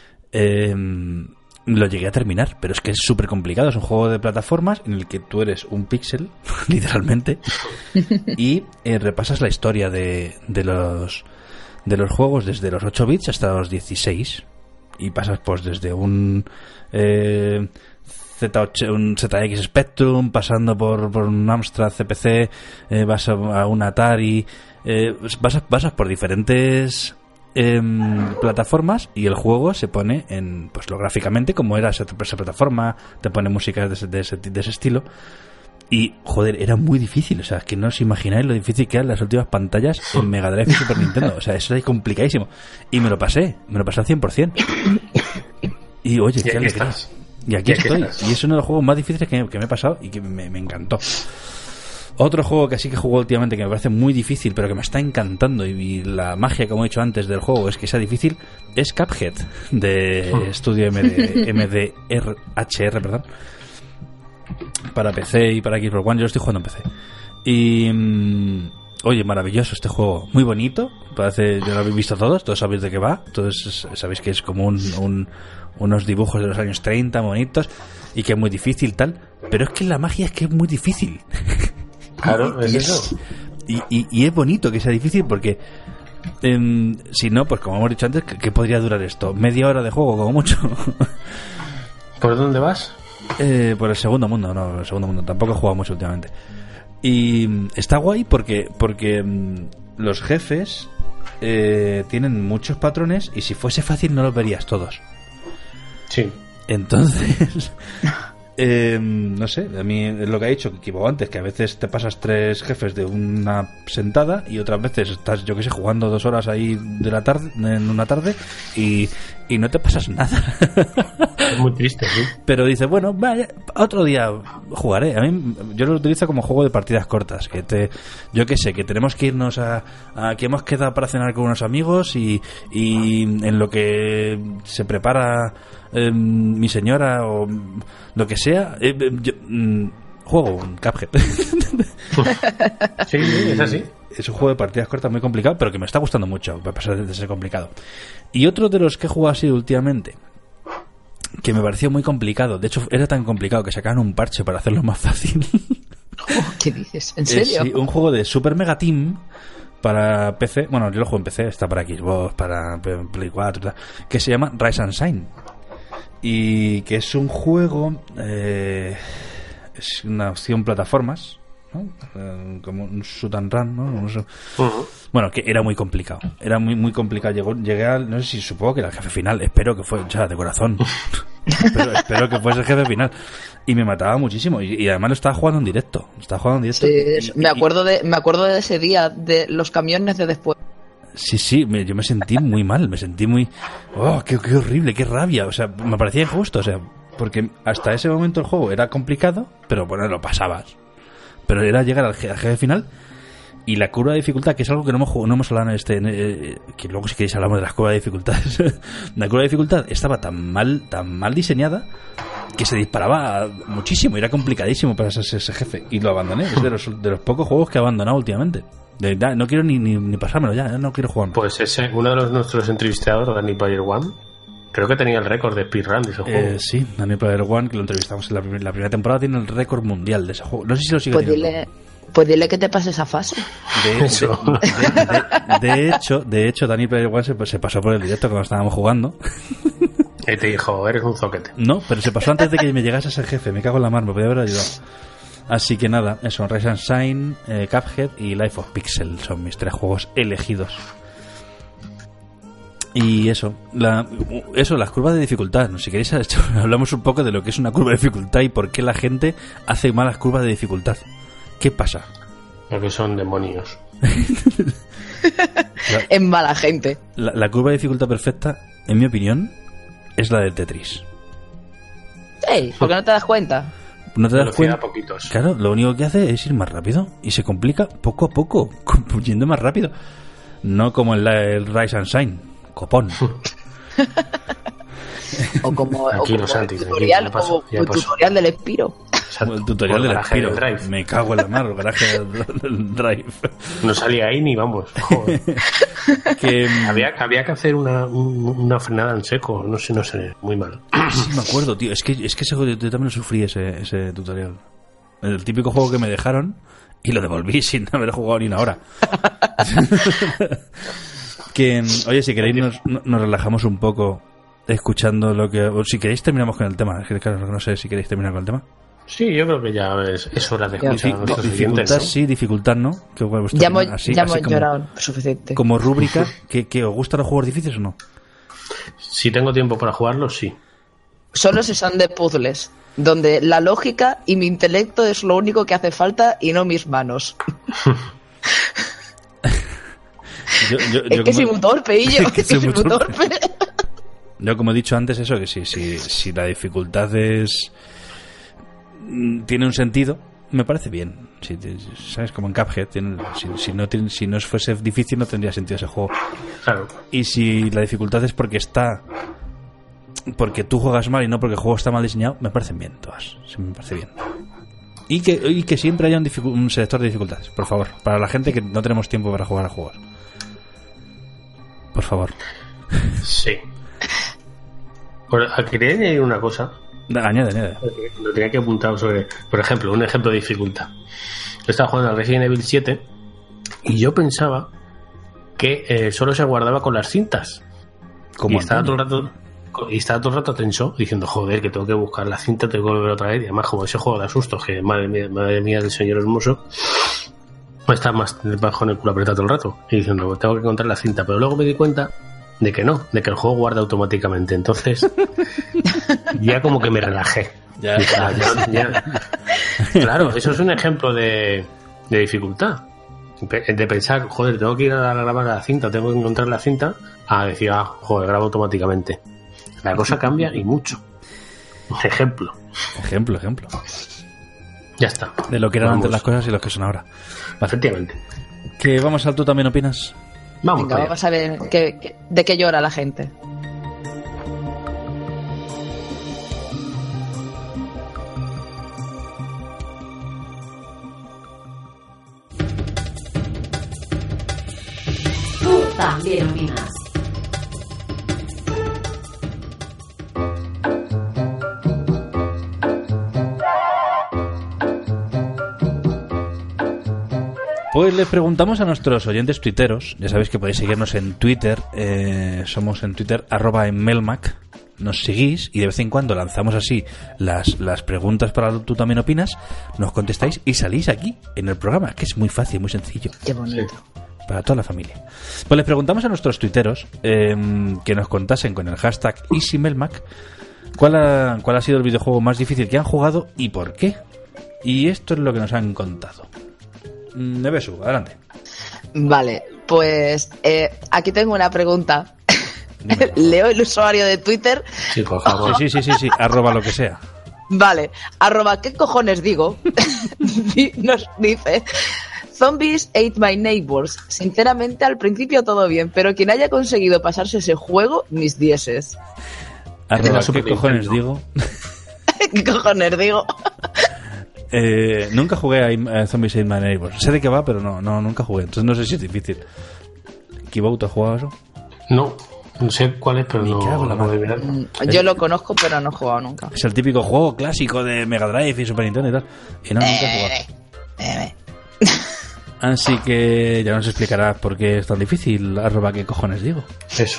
lo llegué a terminar, pero es que es súper complicado. Es un juego de plataformas en el que tú eres un píxel, literalmente, y repasas la historia de los juegos desde los 8 bits hasta los 16, y pasas pues desde un ZX Spectrum, pasando por un Amstrad CPC, vas a un Atari, pasas por diferentes plataformas, y el juego se pone en, pues lo gráficamente como era esa plataforma, te pone música de ese estilo, y joder, era muy difícil. O sea, que no os imagináis lo difícil que eran las últimas pantallas en Mega Drive y Super Nintendo. O sea, eso era complicadísimo, y me lo pasé al 100%. Y oye, qué alegría. Y aquí estoy, y es uno de los juegos más difíciles que me he pasado y que me encantó. Otro juego que sí que jugué últimamente, que me parece muy difícil, pero que me está encantando, y la magia, como he dicho antes, del juego es que sea difícil, es Cuphead, de estudio MDHR, perdón, para PC y para Xbox One. Yo lo estoy jugando en PC. Y oye, maravilloso este juego, muy bonito, parece, ya lo habéis visto todos sabéis de qué va, todos sabéis que es como unos dibujos de los años 30 bonitos, y que es muy difícil tal, pero es que la magia es que es muy difícil. Claro, es eso. Y es bonito que sea difícil, porque si no, pues como hemos dicho antes, ¿qué podría durar esto? Media hora de juego, como mucho. ¿Por dónde vas? Por el segundo mundo, tampoco he jugado mucho últimamente. Y está guay porque los jefes tienen muchos patrones, y si fuese fácil no los verías todos. Sí. Entonces no sé, a mí es lo que ha dicho Kibo antes, que a veces te pasas 3 jefes de una sentada, y otras veces estás, yo que sé, jugando 2 horas ahí de la tarde, en una tarde, y no te pasas nada. Es muy triste, ¿sí? Pero dices, bueno, vaya, otro día jugaré. A mí, yo lo utilizo como juego de partidas cortas, yo que sé, que tenemos que irnos a que hemos quedado para cenar con unos amigos, y en lo que se prepara mi señora o lo que sea, juego un Cuphead. Sí, es así. Es un juego de partidas cortas muy complicado, pero que me está gustando mucho, a pesar de ser complicado. Y otro de los que he jugado así últimamente, que me pareció muy complicado, de hecho era tan complicado que sacaron un parche para hacerlo más fácil. ¿Qué dices? ¿En serio? Sí, un juego de Super Mega Team para PC, bueno, yo lo juego en PC, está para Xbox, para Play 4, que se llama Rise and Shine, y que es un juego, es una opción plataformas, ¿no? Como un shoot and run, ¿no? Bueno, que era muy complicado, era muy complicado. Llegué al, no sé si, supongo que era el jefe final, espero que fue, ya, de corazón. espero que fuese el jefe final, y me mataba muchísimo, y además lo estaba jugando en directo. Sí, me acuerdo de ese día, de los camiones de después. Sí, yo me sentí muy mal, me sentí muy... ¡Oh, qué horrible, qué rabia! O sea, me parecía injusto, o sea, porque hasta ese momento el juego era complicado, pero bueno, lo pasabas. Pero era llegar al jefe final, y la curva de dificultad, que es algo que no hemos hablado que luego si queréis hablamos de las curvas de dificultad. La curva de dificultad estaba tan mal diseñada, que se disparaba muchísimo, y era complicadísimo para ese jefe, y lo abandoné. Es de los pocos juegos que he abandonado últimamente. No quiero ni pasármelo ya, no quiero jugar. Pues ese, uno de nuestros entrevistados, Danny Player One, Creo que tenía el récord de speedrun de ese juego. Sí, Daniel Player One, que lo entrevistamos en la primera temporada, tiene el récord mundial de ese juego. No sé si lo sigue teniendo. Pues dile que te pase esa fase. De hecho, Daniel Player One se pasó por el directo cuando estábamos jugando. Y te dijo, eres un zoquete. No, pero se pasó antes de que me llegase ese jefe. Me cago en la mar, me podía haber ayudado. Así que nada, eso, Rise and Shine, Cuphead y Life of Pixel son mis 3 juegos elegidos. Y eso, las curvas de dificultad. Si queréis, hablamos un poco de lo que es una curva de dificultad y por qué la gente hace malas curvas de dificultad. ¿Qué pasa? Porque son demonios. Es mala gente. La curva de dificultad perfecta, en mi opinión, es la del Tetris. Ey, ¿por qué no te das cuenta? No te das cuenta. Poquitos. Claro, lo único que hace es ir más rápido y se complica poco a poco, yendo más rápido. No como el Rise and Shine, copón. O como el tutorial, tutorial del Espiro. El tutorial del Espiro. Me cago en la mar, el garaje del Drive. No salía ahí ni vamos. Joder. Había que hacer una frenada en seco. No sé, muy mal. Sí, me acuerdo, tío. Es que yo también lo sufrí ese tutorial. El típico juego que me dejaron y lo devolví sin haber jugado ni una hora. Oye, si queréis nos relajamos un poco escuchando lo que... O si queréis terminamos con el tema. Es que, claro, no sé si queréis terminar con el tema. Sí, yo creo que ya es hora de escuchar a nuestros dificultad, ¿no? Sí, dificultad no. Que, bueno, ya hemos llorado suficiente. Como rúbrica, ¿que os gustan los juegos difíciles o no? Si tengo tiempo para jugarlos, sí. Solo si son de puzzles, donde la lógica y mi intelecto es lo único que hace falta y no mis manos. Es que soy muy torpe, y yo. Soy muy torpe. Yo, como he dicho antes, eso, que si la dificultad tiene un sentido, me parece bien. ¿Sabes? Como en Cuphead, si no fuese difícil no tendría sentido ese juego. Claro. Y si la dificultad es porque tú juegas mal y no porque el juego está mal diseñado, me parecen bien todas. Sí, me parece bien. Y que siempre haya un selector de dificultades, por favor, para la gente que no tenemos tiempo para jugar a juegos. Por favor. Sí. Quería añadir una cosa. Añade. Lo tenía que apuntar sobre, por ejemplo, un ejemplo de dificultad. Yo estaba jugando al Resident Evil 7 y yo pensaba que solo se guardaba con las cintas. Y estaba todo el rato tenso, diciendo, joder, que tengo que buscar la cinta, tengo que volver otra vez. Y además, como ese juego da sustos, que madre mía del señor hermoso, está más bajo en el culo apretado todo el rato. Y diciendo, tengo que encontrar la cinta. Pero luego me di cuenta de que no, de que el juego guarda automáticamente. Entonces, ya como que me relajé. Ya. Claro, eso es un ejemplo de dificultad. De pensar, joder, tengo que ir a grabar la cinta, tengo que encontrar la cinta, a decir, joder, grabo automáticamente. La cosa cambia y mucho. Ejemplo. Ya está. De lo que eran antes las cosas y lo que son ahora. Efectivamente. ¿Que vamos al tú también opinas? Vamos a ver de qué llora la gente. Tú también opinas. Pues les preguntamos a nuestros oyentes tuiteros. Ya sabéis que podéis seguirnos en Twitter. Somos en Twitter @enmelmac. Nos seguís y de vez en cuando lanzamos así las preguntas para tú también opinas. Nos contestáis y salís aquí en el programa, que es muy fácil, muy sencillo. Qué bonito. Para toda la familia. Pues les preguntamos a nuestros tuiteros que nos contasen con el hashtag EasyMelmac cuál ha sido el videojuego más difícil que han jugado y por qué. Y esto es lo que nos han contado. Nevesu, adelante. Vale, pues aquí tengo una pregunta. Leo el usuario de Twitter. Sí, por favor. Sí, arroba lo que sea. Vale, ¿qué cojones digo? Nos dice: Zombies Ate My Neighbors. Sinceramente, al principio todo bien, pero quien haya conseguido pasarse ese juego, mis dieces. ¿Qué cojones digo? ¿Qué cojones digo? Nunca jugué a Zombies Ate My Neighbors. Sé de qué va, pero no, nunca jugué. Entonces no sé si es difícil. ¿Kibou, te has jugado eso? No. No sé cuál es, pero yo lo conozco, pero no he jugado nunca. Es el típico juego clásico de Mega Drive y Super Nintendo y tal. Y no, nunca he jugado. Así que ya nos explicarás por qué es tan difícil. ¿Qué cojones digo? Eso.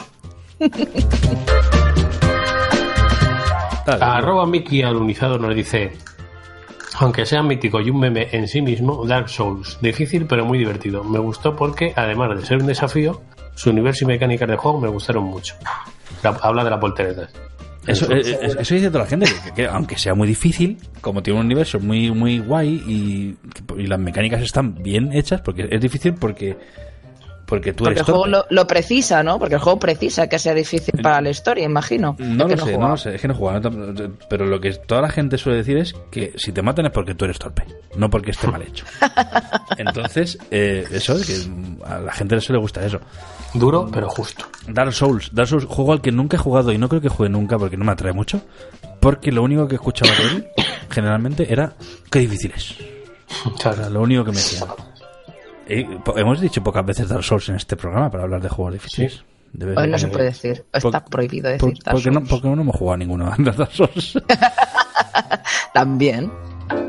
Mickey alunizado nos dice: aunque sea mítico y un meme en sí mismo, Dark Souls, difícil pero muy divertido. Me gustó porque, además de ser un desafío, su universo y mecánicas de juego me gustaron mucho. Habla de las volteretas. Eso dice toda la gente, que aunque sea muy difícil, como tiene un universo muy muy guay y las mecánicas están bien hechas, porque es difícil porque tú eres el juego lo precisa, ¿no? Porque el juego precisa que sea difícil para la historia, imagino. No lo sé, es que no he jugado. Pero lo que toda la gente suele decir es que si te matan es porque tú eres torpe, no porque esté mal hecho. Entonces, eso es que a la gente le suele gustar eso. Duro, pero justo. Dark Souls, juego al que nunca he jugado y no creo que juegue nunca porque no me atrae mucho. Porque lo único que escuchaba de él, generalmente, era qué difícil es. O sea, lo único que me decían. Hemos dicho pocas veces Dark Souls en este programa para hablar de juegos difíciles. Sí. Hoy no se puede decir, está prohibido decir Dark Souls. Porque no hemos jugado a ninguno de Dark Souls. También.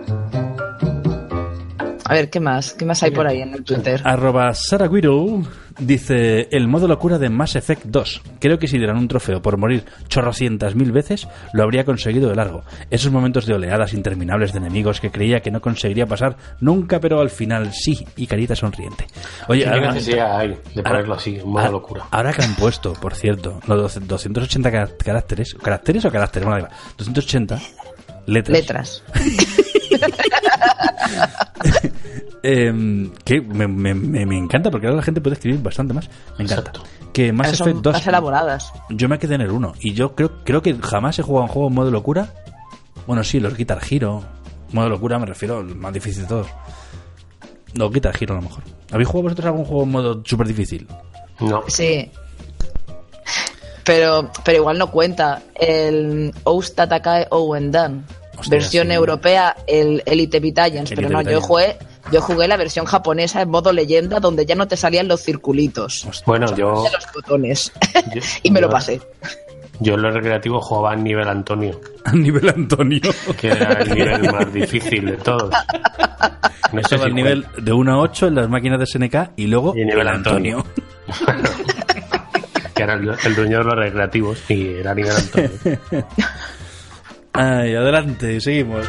A ver, ¿qué más hay por ahí en el Twitter? @SarahGuido dice: el modo locura de Mass Effect 2. Creo que si dieran un trofeo por morir chorrocientas mil veces, lo habría conseguido de largo. Esos momentos de oleadas interminables de enemigos que creía que no conseguiría pasar nunca, pero al final sí, y carita sonriente. Oye, ¿qué necesidad hay de ponerlo así, en modo locura? Ahora que han puesto, por cierto, los 280 caracteres, bueno, 280 letras. Que me encanta porque ahora la gente puede escribir bastante más. Me encanta. Exacto. Que Mass Effect 2 más elaboradas. Yo me quedé en el 1 y yo creo que jamás he jugado un juego en modo locura. Bueno, sí, los Guitar Hero. Modo locura me refiero al más difícil de todos. Los Guitar Hero a lo mejor. ¿Habéis jugado vosotros algún juego en modo súper difícil? No. Sí. Pero igual no cuenta. El Ousta Takae Owendan. Versión europea, el Elite Battalions, pero no, yo jugué la versión japonesa en modo leyenda, donde ya no te salían los circulitos. Bueno, de los botones. Y me lo pasé. Yo en lo recreativo jugaba en nivel Antonio. ¿A nivel Antonio? Que era el nivel más difícil de todos. No sé si el nivel de 1 a 8 en las máquinas de SNK y luego y nivel Antonio. Que era el dueño de los recreativos y era nivel Antonio. Ay, adelante, seguimos.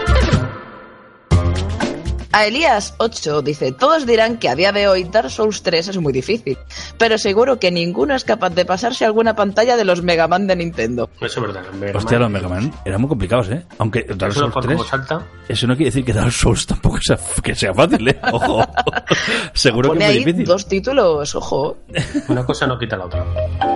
A Elías 8 dice: todos dirán que a día de hoy Dark Souls 3 es muy difícil, pero seguro que ninguno es capaz de pasarse alguna pantalla de los Mega Man de Nintendo. Eso es verdad. Hostia, los Mega Man eran muy complicados, ¿eh? Aunque Dark Souls 3, eso no quiere decir que Dark Souls tampoco sea fácil, ¿eh? Ojo. Seguro pone que es muy ahí difícil. 2 títulos, ojo. Una cosa no quita la otra.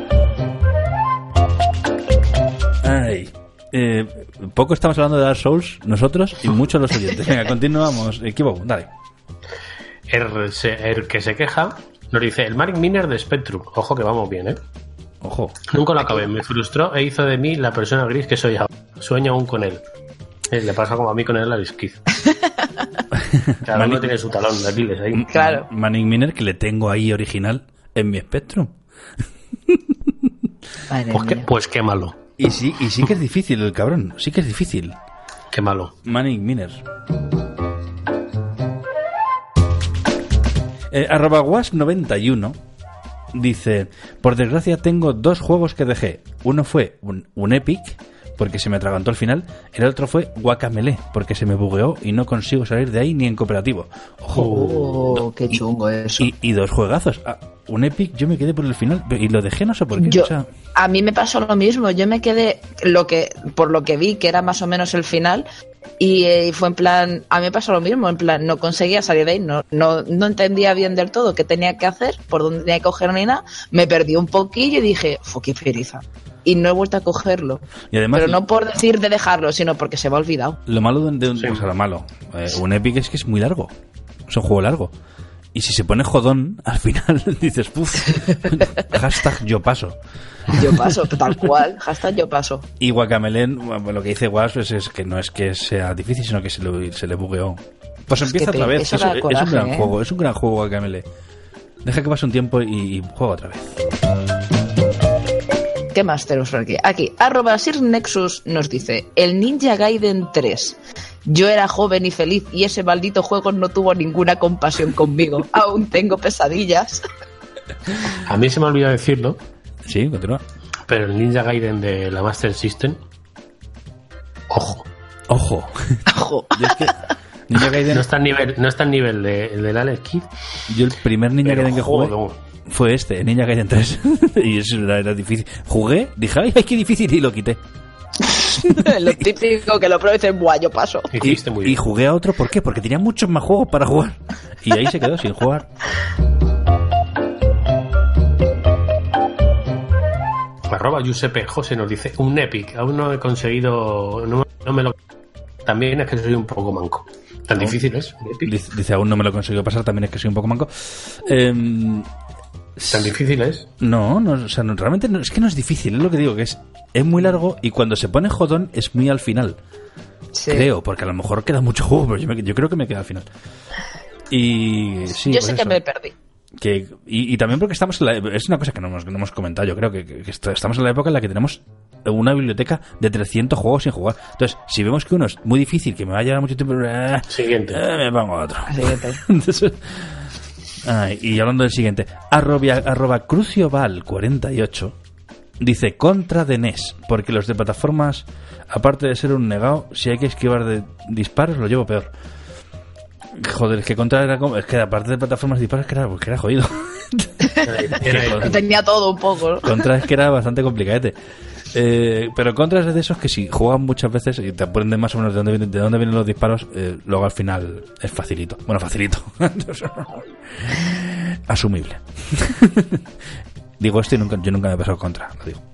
Ay. Poco estamos hablando de Dark Souls nosotros y muchos los oyentes. Venga, continuamos. Equivoco, dale. El que se queja nos dice: el Mark Miner de Spectrum. Ojo que vamos bien, Ojo. Nunca lo acabé, me frustró e hizo de mí la persona gris que soy ahora. Sueño aún con él. Le pasa como a mí con el Alice Keith. Cada uno tiene su talón de Aquiles ahí. Claro. Manning Miner, que le tengo ahí original en mi Spectrum. Pues qué malo. Y sí que es difícil el cabrón. Sí que es difícil. Qué malo. Manning Miner. @was91 dice: por desgracia tengo 2 juegos que dejé. Uno fue un Epic, porque se me atragantó al final. El otro fue Guacamelee, porque se me bugueó y no consigo salir de ahí ni en cooperativo. Ojo. Qué chungo eso. Y 2 juegazos. Un Epic, yo me quedé por el final y lo dejé, no sé por qué. A mí me pasó lo mismo. Yo me quedé por lo que vi que era más o menos el final. Y fue en plan, a mí me pasó lo mismo, en plan, no conseguía salir de ahí, no entendía bien del todo qué tenía que hacer, por dónde tenía que coger ni nada, me perdí un poquillo y dije, qué pereza. Y no he vuelto a cogerlo. Y además, pero no por decir de dejarlo, sino porque se me ha olvidado. Lo malo un Epic es que es muy largo, es un juego largo. Y si se pone jodón, al final dices, hashtag yo paso. Yo paso, tal cual, hashtag yo paso. Y Guacamelee, lo que dice Was es que no es que sea difícil, sino que se le bugueó. Pues empieza otra vez, es un gran juego, es un gran juego Guacamelee. Deja que pase un tiempo y juega otra vez. ¿qué más tenemos por aquí? Aquí, @SirNexus nos dice: el Ninja Gaiden 3. Yo era joven y feliz y ese maldito juego no tuvo ninguna compasión conmigo. Aún tengo pesadillas. A mí se me ha olvidado decirlo. Sí, continúa. Pero el Ninja Gaiden de la Master System, ojo. Es que Ninja Gaiden no está en nivel del Alex Kidd. Yo el primer Ninja Gaiden que jugué fue Ninja Gaiden 3. Y eso era difícil. Jugué, dije, ay, qué difícil, y lo quité. Lo típico que lo pruebes en buah, yo paso. Y jugué a otro, ¿por qué? Porque tenía muchos más juegos para jugar. Y ahí se quedó sin jugar. @Giuseppe José nos dice: un Epic, aún no he conseguido, no me lo. También es que soy un poco manco. Tan difícil es. Dice, aún no me lo he conseguido pasar, también es que soy un poco manco. ¿Tan difícil es? No, o sea, realmente no, es que no es difícil, es lo que digo, que es muy largo y cuando se pone jodón es muy al final. Sí. Creo, porque a lo mejor queda mucho juego, pero yo creo que me queda al final. Y sí, yo sé que me perdí. Y también porque estamos es una cosa que no hemos comentado, yo creo que estamos en la época en la que tenemos una biblioteca de 300 juegos sin jugar. Entonces, si vemos que uno es muy difícil, que me va a llevar mucho tiempo, siguiente. Me pongo a otro. Entonces, y hablando del siguiente, @crucioval48 dice: contra de NES, porque los de plataformas, aparte de ser un negado, si hay que esquivar de disparos, lo llevo peor. Joder, es que Contra era como... Es que aparte de plataformas de disparos, que era jodido. Tenía todo un poco, ¿no? Contra es que era bastante complicadete. Pero Contra es de esos que si juegan muchas veces y te aprenden más o menos de dónde vienen los disparos, luego al final es facilito. Bueno, facilito. Asumible. Digo esto y yo nunca me he pasado Contra, lo digo.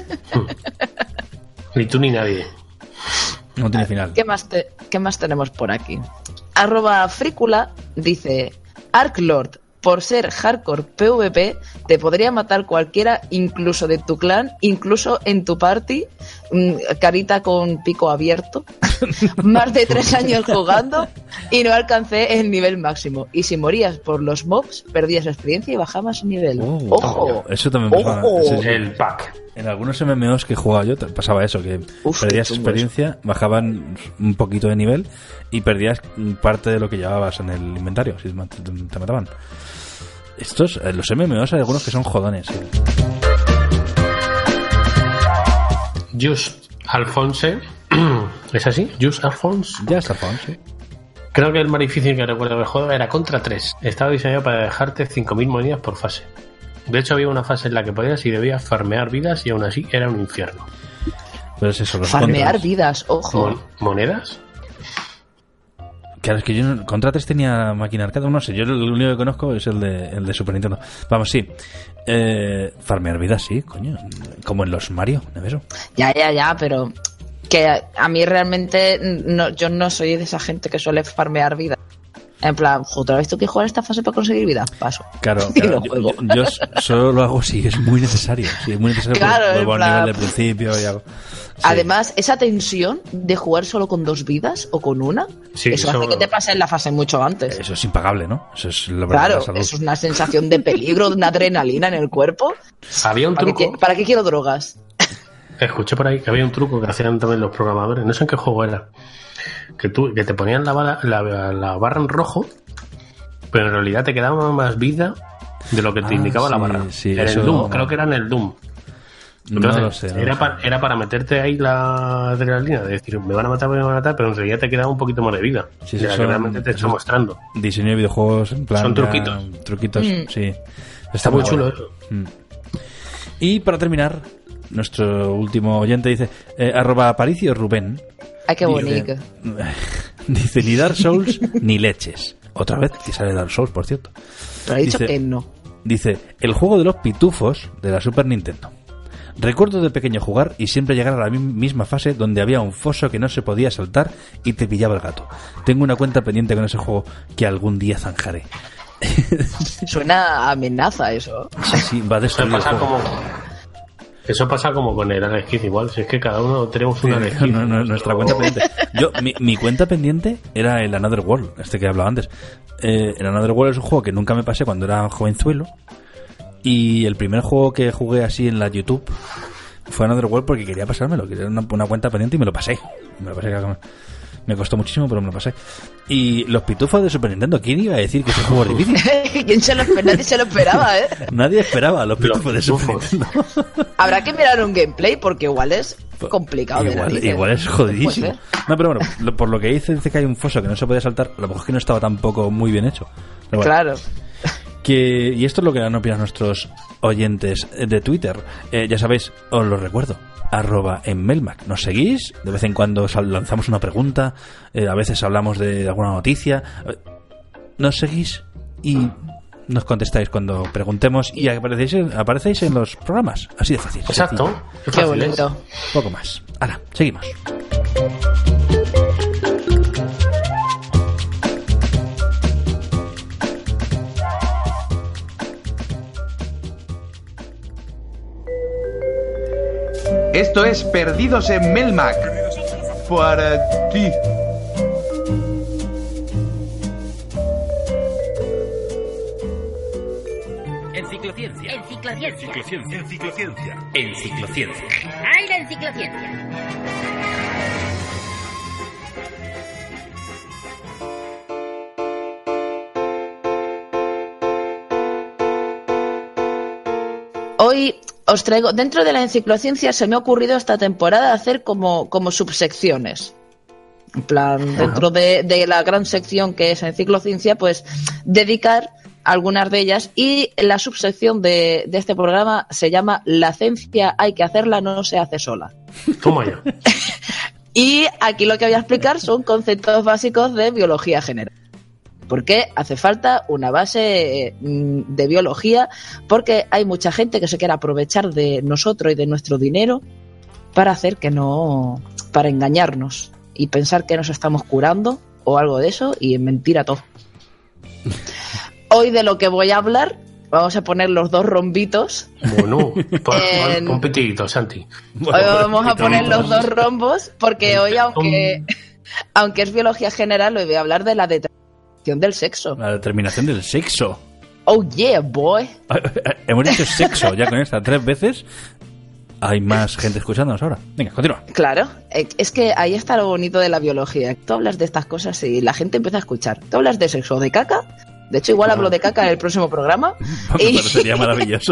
Ni tú ni nadie. No tiene final. ¿Qué más tenemos por aquí? @Fricula dice: Arklord, por ser hardcore PvP, te podría matar cualquiera, incluso de tu clan, incluso en tu party, carita con pico abierto. Más de 3 años jugando y no alcancé el nivel máximo. Y si morías por los mobs, perdías experiencia y bajabas nivel. ¡Ojo! Eso también me pasa. El pack. En algunos MMOs que jugaba yo pasaba eso, que perdías experiencia, bajaban un poquito de nivel y perdías parte de lo que llevabas en el inventario si te mataban. Los MMOs hay algunos que son jodones. Just Alphonse, ¿es así? Just Alphonse. Just Alphonse. Creo que el más difícil que recuerdo del juego era Contra 3. Estaba diseñado para dejarte 5.000 monedas por fase. De hecho, había una fase en la que podías y debías farmear vidas y aún así era un infierno. Pero es eso, farmear vidas, ojo. ¿Monedas? Claro, es que yo Contra 3 tenía máquina arcade, no sé, yo el único que conozco es el de Super Nintendo. Vamos, sí. Farmear vidas, sí, coño. Como en los Mario, ¿no ves eso? Ya, pero que a mí realmente yo no soy de esa gente que suele farmear vidas. En plan, otra vez tengo que jugar esta fase para conseguir vida. Paso. Claro. Yo solo lo hago si es muy necesario. Si es muy necesario, claro, vuelvo al nivel del principio y hago. Sí. Además, esa tensión de jugar solo con 2 vidas o con una, sí, eso hace que te pases la fase mucho antes. Eso es impagable, ¿no? Eso es la verdad. Claro, eso es una sensación de peligro, de una adrenalina en el cuerpo. Había un truco. ¿Para qué quiero drogas? Escuché por ahí que había un truco que hacían también los programadores. No sé en qué juego era. Que te ponían la barra en rojo, pero en realidad te quedaba más vida de lo que te indicaba la barra. Sí, en el Doom, creo que era en el Doom. Entonces, no lo sé. Era para meterte ahí la adrenalina, de decir, me van a matar, pero en realidad te quedaba un poquito más de vida. Sí, que realmente te está mostrando. Diseño de videojuegos, en plan. Son truquitos. Sí. Está muy chulo eso. Y para terminar, nuestro último oyente dice, @Aparicio Rubén. Ay, qué bonito. Dice, ni Dark Souls ni leches. Otra vez que sale Dark Souls, por cierto. Pero ha dicho que no. Dice, el juego de los pitufos de la Super Nintendo. Recuerdo de pequeño jugar y siempre llegar a la misma fase donde había un foso que no se podía saltar y te pillaba el gato. Tengo una cuenta pendiente con ese juego que algún día zanjaré. Suena a amenaza eso. Sí, va a destruir el juego. Eso pasa como con el Alex Kidd igual, si es que cada uno tenemos una Alex Kidd. Nuestra cuenta pendiente. Mi cuenta pendiente era el Another World, que he hablado antes. El Another World es un juego que nunca me pasé cuando era jovenzuelo. Y el primer juego que jugué así en la YouTube fue Another World porque quería pasármelo, quería una cuenta pendiente y me lo pasé. Me costó muchísimo, pero me lo pasé. Y los pitufos de Super Nintendo, ¿quién iba a decir que ese juego es difícil? Nadie se lo esperaba, ¿eh? Nadie esperaba a los pitufos de Super Nintendo. Habrá que mirar un gameplay porque igual es complicado. Igual es jodidísimo. No, pero bueno, por lo que dice que hay un foso que no se podía saltar, a lo mejor es que no estaba tampoco muy bien hecho. Pero bueno, claro. Y esto es lo que han opinado nuestros oyentes de Twitter. Ya sabéis, os lo recuerdo. @enmelmac. Nos seguís, de vez en cuando lanzamos una pregunta, a veces hablamos de alguna noticia. Nos seguís y nos contestáis cuando preguntemos y aparecéis en los programas. Así de fácil. Exacto. Qué bonito. Poco más. Ahora, seguimos. Esto es Perdidos en Melmac. Para ti. Enciclociencia. Enciclociencia. Enciclociencia. Enciclociencia. ¡Ay, la enciclociencia! Hoy os traigo, dentro de la enciclociencia se me ha ocurrido esta temporada hacer como subsecciones. En plan, dentro de la gran sección que es enciclociencia, pues dedicar algunas de ellas, y la subsección de este programa se llama La ciencia hay que hacerla, no se hace sola. Toma ya. Y aquí lo que voy a explicar son conceptos básicos de biología general. Porque hace falta una base de biología, porque hay mucha gente que se quiere aprovechar de nosotros y de nuestro dinero para para engañarnos y pensar que nos estamos curando o algo de eso, y mentira todo. Hoy de lo que voy a hablar, vamos a poner los dos rombitos. Bueno, pon petito, Santi. Hoy vamos a poner los dos rombos, porque hoy, aunque es biología general, hoy voy a hablar de la determinación del sexo. La determinación del sexo. Oh yeah, boy. Hemos dicho sexo ya con esta 3 veces. Hay más gente escuchándonos ahora. Venga, continúa. Claro, es que ahí está lo bonito de la biología. Tú hablas de estas cosas y la gente empieza a escuchar. Tú hablas de sexo o de caca. De hecho, igual hablo de caca en el próximo programa. Pero sería maravilloso.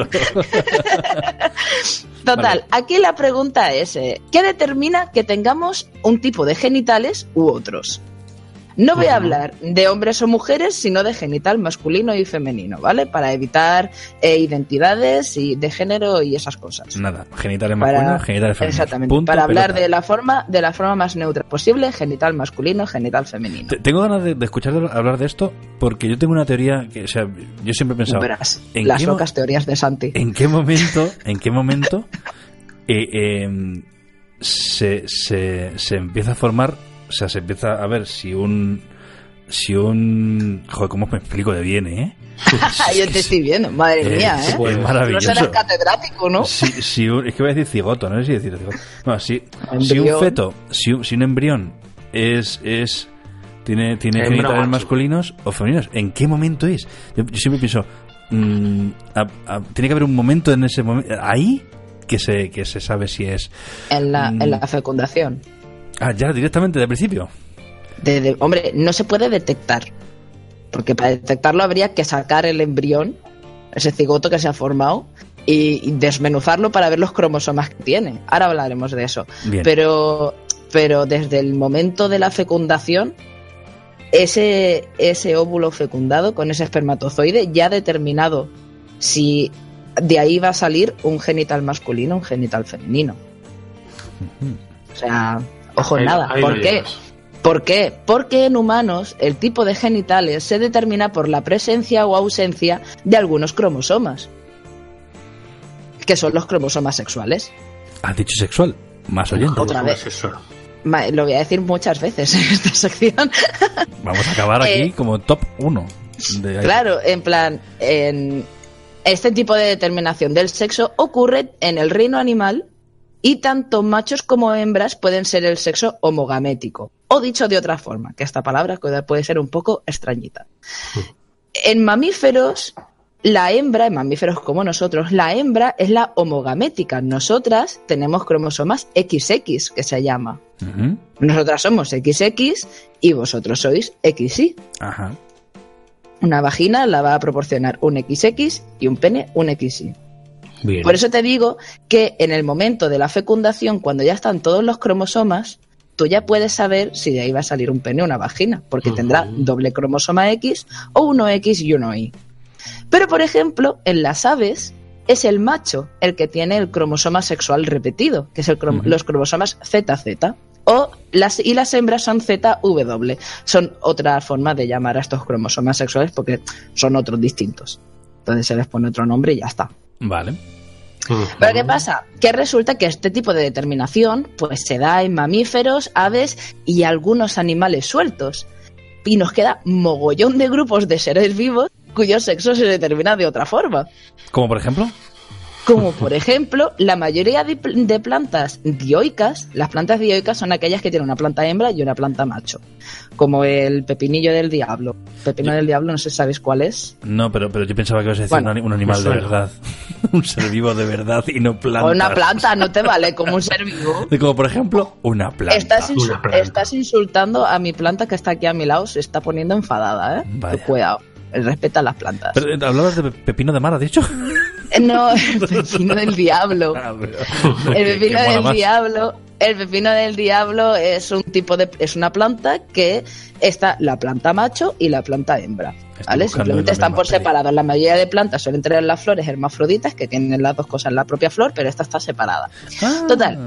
Total, vale. Aquí la pregunta es, ¿qué determina que tengamos un tipo de genitales u otros? No voy a hablar de hombres o mujeres, sino de genital masculino y femenino, ¿vale? Para evitar identidades y de género y esas cosas. Nada, genitales masculinos, genitales femeninos. Exactamente, punto, para hablar pelota. de la forma más neutra posible, genital masculino, genital femenino. Tengo ganas de escuchar hablar de esto, porque yo tengo una teoría que, o sea, yo siempre he pensado... Verás, las locas teorías de Santi. ¿En qué momento se empieza a formar? O sea, se empieza a ver si un... Joder, ¿cómo me explico de bien, eh? Yo te estoy viendo, madre mía, ¿eh? Pues maravilloso. No serás catedrático, ¿no? Es que voy a decir cigoto, no sé si decir cigoto. No, si un feto, si un embrión tiene genitales masculinos o femeninos, ¿en qué momento es? Yo siempre pienso, tiene que haber un momento en ese momento, ahí, que se sabe si es... En la fecundación. Ah, ya, directamente, de principio. Hombre, no se puede detectar, porque para detectarlo habría que sacar el embrión, ese cigoto que se ha formado, y desmenuzarlo para ver los cromosomas que tiene. Ahora hablaremos de eso. Bien. Pero desde el momento de la fecundación, ese óvulo fecundado con ese espermatozoide ya ha determinado si de ahí va a salir un genital masculino o un genital femenino. O sea... Ojo, nada. ¿Por qué? ¿Por qué? Porque en humanos el tipo de genitales se determina por la presencia o ausencia de algunos cromosomas, que son los cromosomas sexuales. ¿Has dicho sexual? Más oyente. Otra vez. Lo voy a decir muchas veces en esta sección. Vamos a acabar aquí como top 1. Claro, en plan, este tipo de determinación del sexo ocurre en el reino animal. Y tanto machos como hembras pueden ser el sexo homogamético. O dicho de otra forma, que esta palabra puede ser un poco extrañita. En mamíferos, la hembra, en mamíferos como nosotros, la hembra es la homogamética. Nosotras tenemos cromosomas XX, que se llama. Uh-huh. Nosotras somos XX y vosotros sois XY. Ajá. Una vagina la va a proporcionar un XX y un pene un XY. Bien. Por eso te digo que en el momento de la fecundación, cuando ya están todos los cromosomas, tú ya puedes saber si de ahí va a salir un pene o una vagina, porque tendrá doble cromosoma X o uno X y uno Y. Pero, por ejemplo, en las aves es el macho el que tiene el cromosoma sexual repetido, que es los cromosomas ZZ. Y las hembras son ZW. Son otra forma de llamar a estos cromosomas sexuales porque son otros distintos. Entonces se les pone otro nombre y ya está. Vale. Pero ¿qué pasa? Que resulta que este tipo de determinación pues se da en mamíferos, aves y algunos animales sueltos. Y nos queda mogollón de grupos de seres vivos cuyo sexo se determina de otra forma. ¿Como por ejemplo? Como por ejemplo, la mayoría de plantas dioicas, las plantas dioicas son aquellas que tienen una planta hembra y una planta macho. Como el pepinillo del diablo. Pepino del diablo, no sé si sabéis cuál es. No, pero yo pensaba que ibas a decir un animal de verdad. Un ser vivo de verdad y no planta. O una planta, no te vale como un ser vivo. Como por ejemplo, una planta. Estás insultando a mi planta que está aquí a mi lado, se está poniendo enfadada, ¿eh? Vaya. Cuidado, respeta las plantas. Pero, ¿hablabas de pepino de mar, has dicho? No, el pepino del diablo. El pepino del diablo es un tipo es una planta que está la planta macho y la planta hembra, ¿vale? Simplemente están por separado. La mayoría de plantas suelen tener las flores hermafroditas, que tienen las dos cosas en la propia flor, pero esta está separada. Total.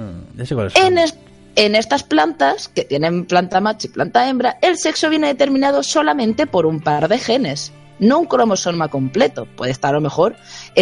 En estas plantas, que tienen planta macho y planta hembra, el sexo viene determinado solamente por un par de genes. No un cromosoma completo. Puede estar a lo mejor en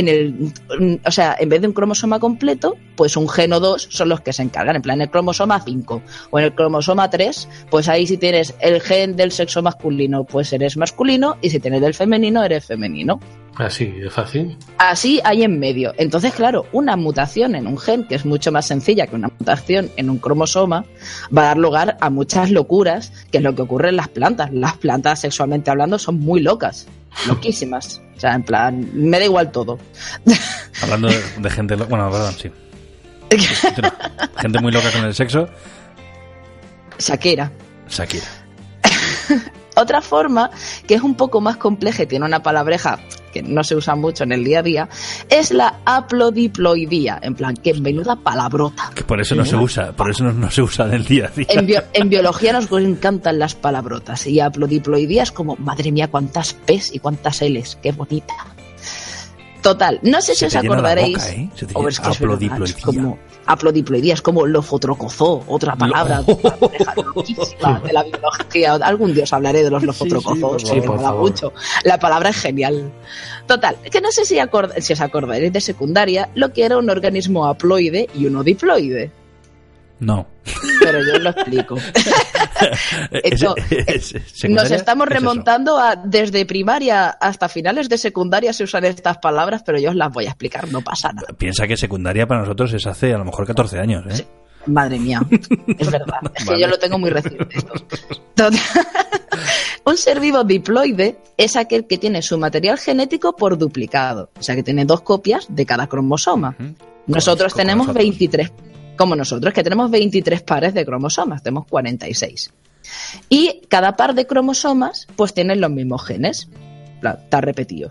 vez de un cromosoma completo, pues un gen o dos son los que se encargan. En plan, el cromosoma 5 o en el cromosoma 3, pues ahí si tienes el gen del sexo masculino, pues eres masculino, y si tienes del femenino, eres femenino. Así, es fácil. Así hay en medio. Entonces, claro, una mutación en un gen, que es mucho más sencilla que una mutación en un cromosoma, va a dar lugar a muchas locuras, que es lo que ocurre en las plantas. Las plantas, sexualmente hablando, son muy locas. Loquísimas. O sea, en plan, me da igual todo. Hablando de gente loca. Bueno, perdón, sí. Gente muy loca con el sexo. Shakira. Otra forma, que es un poco más compleja y tiene una palabreja que no se usa mucho en el día a día, es la haplodiploidía. En plan, que menuda palabrota. Que por eso no se usa, no se usa en el día a día. En biología nos encantan las palabrotas. Y haplodiploidía es como, madre mía, cuántas P's y cuántas L's, qué bonita. Total, no sé si os acordaréis. Haplodiploidía es como lofotrocozó, otra palabra loquísima de la biología. Algún día os hablaré de los lofotrocozos, sí, me mola mucho. La palabra es genial. Total, que no sé si os acordaréis de secundaria lo que era un organismo haploide y uno diploide. No. Pero yo os lo explico. Nos estamos remontando a desde primaria hasta finales de secundaria se usan estas palabras, pero yo os las voy a explicar, no pasa nada. Piensa que secundaria para nosotros es hace a lo mejor 14 años, ¿eh? Sí. Madre mía, es verdad. Es que yo lo tengo muy reciente esto. Un ser vivo diploide es aquel que tiene su material genético por duplicado, o sea que tiene 2 copias de cada cromosoma. Nosotros tenemos 23. Como nosotros, que tenemos 23 pares de cromosomas, tenemos 46. Y cada par de cromosomas, pues tienen los mismos genes. Está repetido.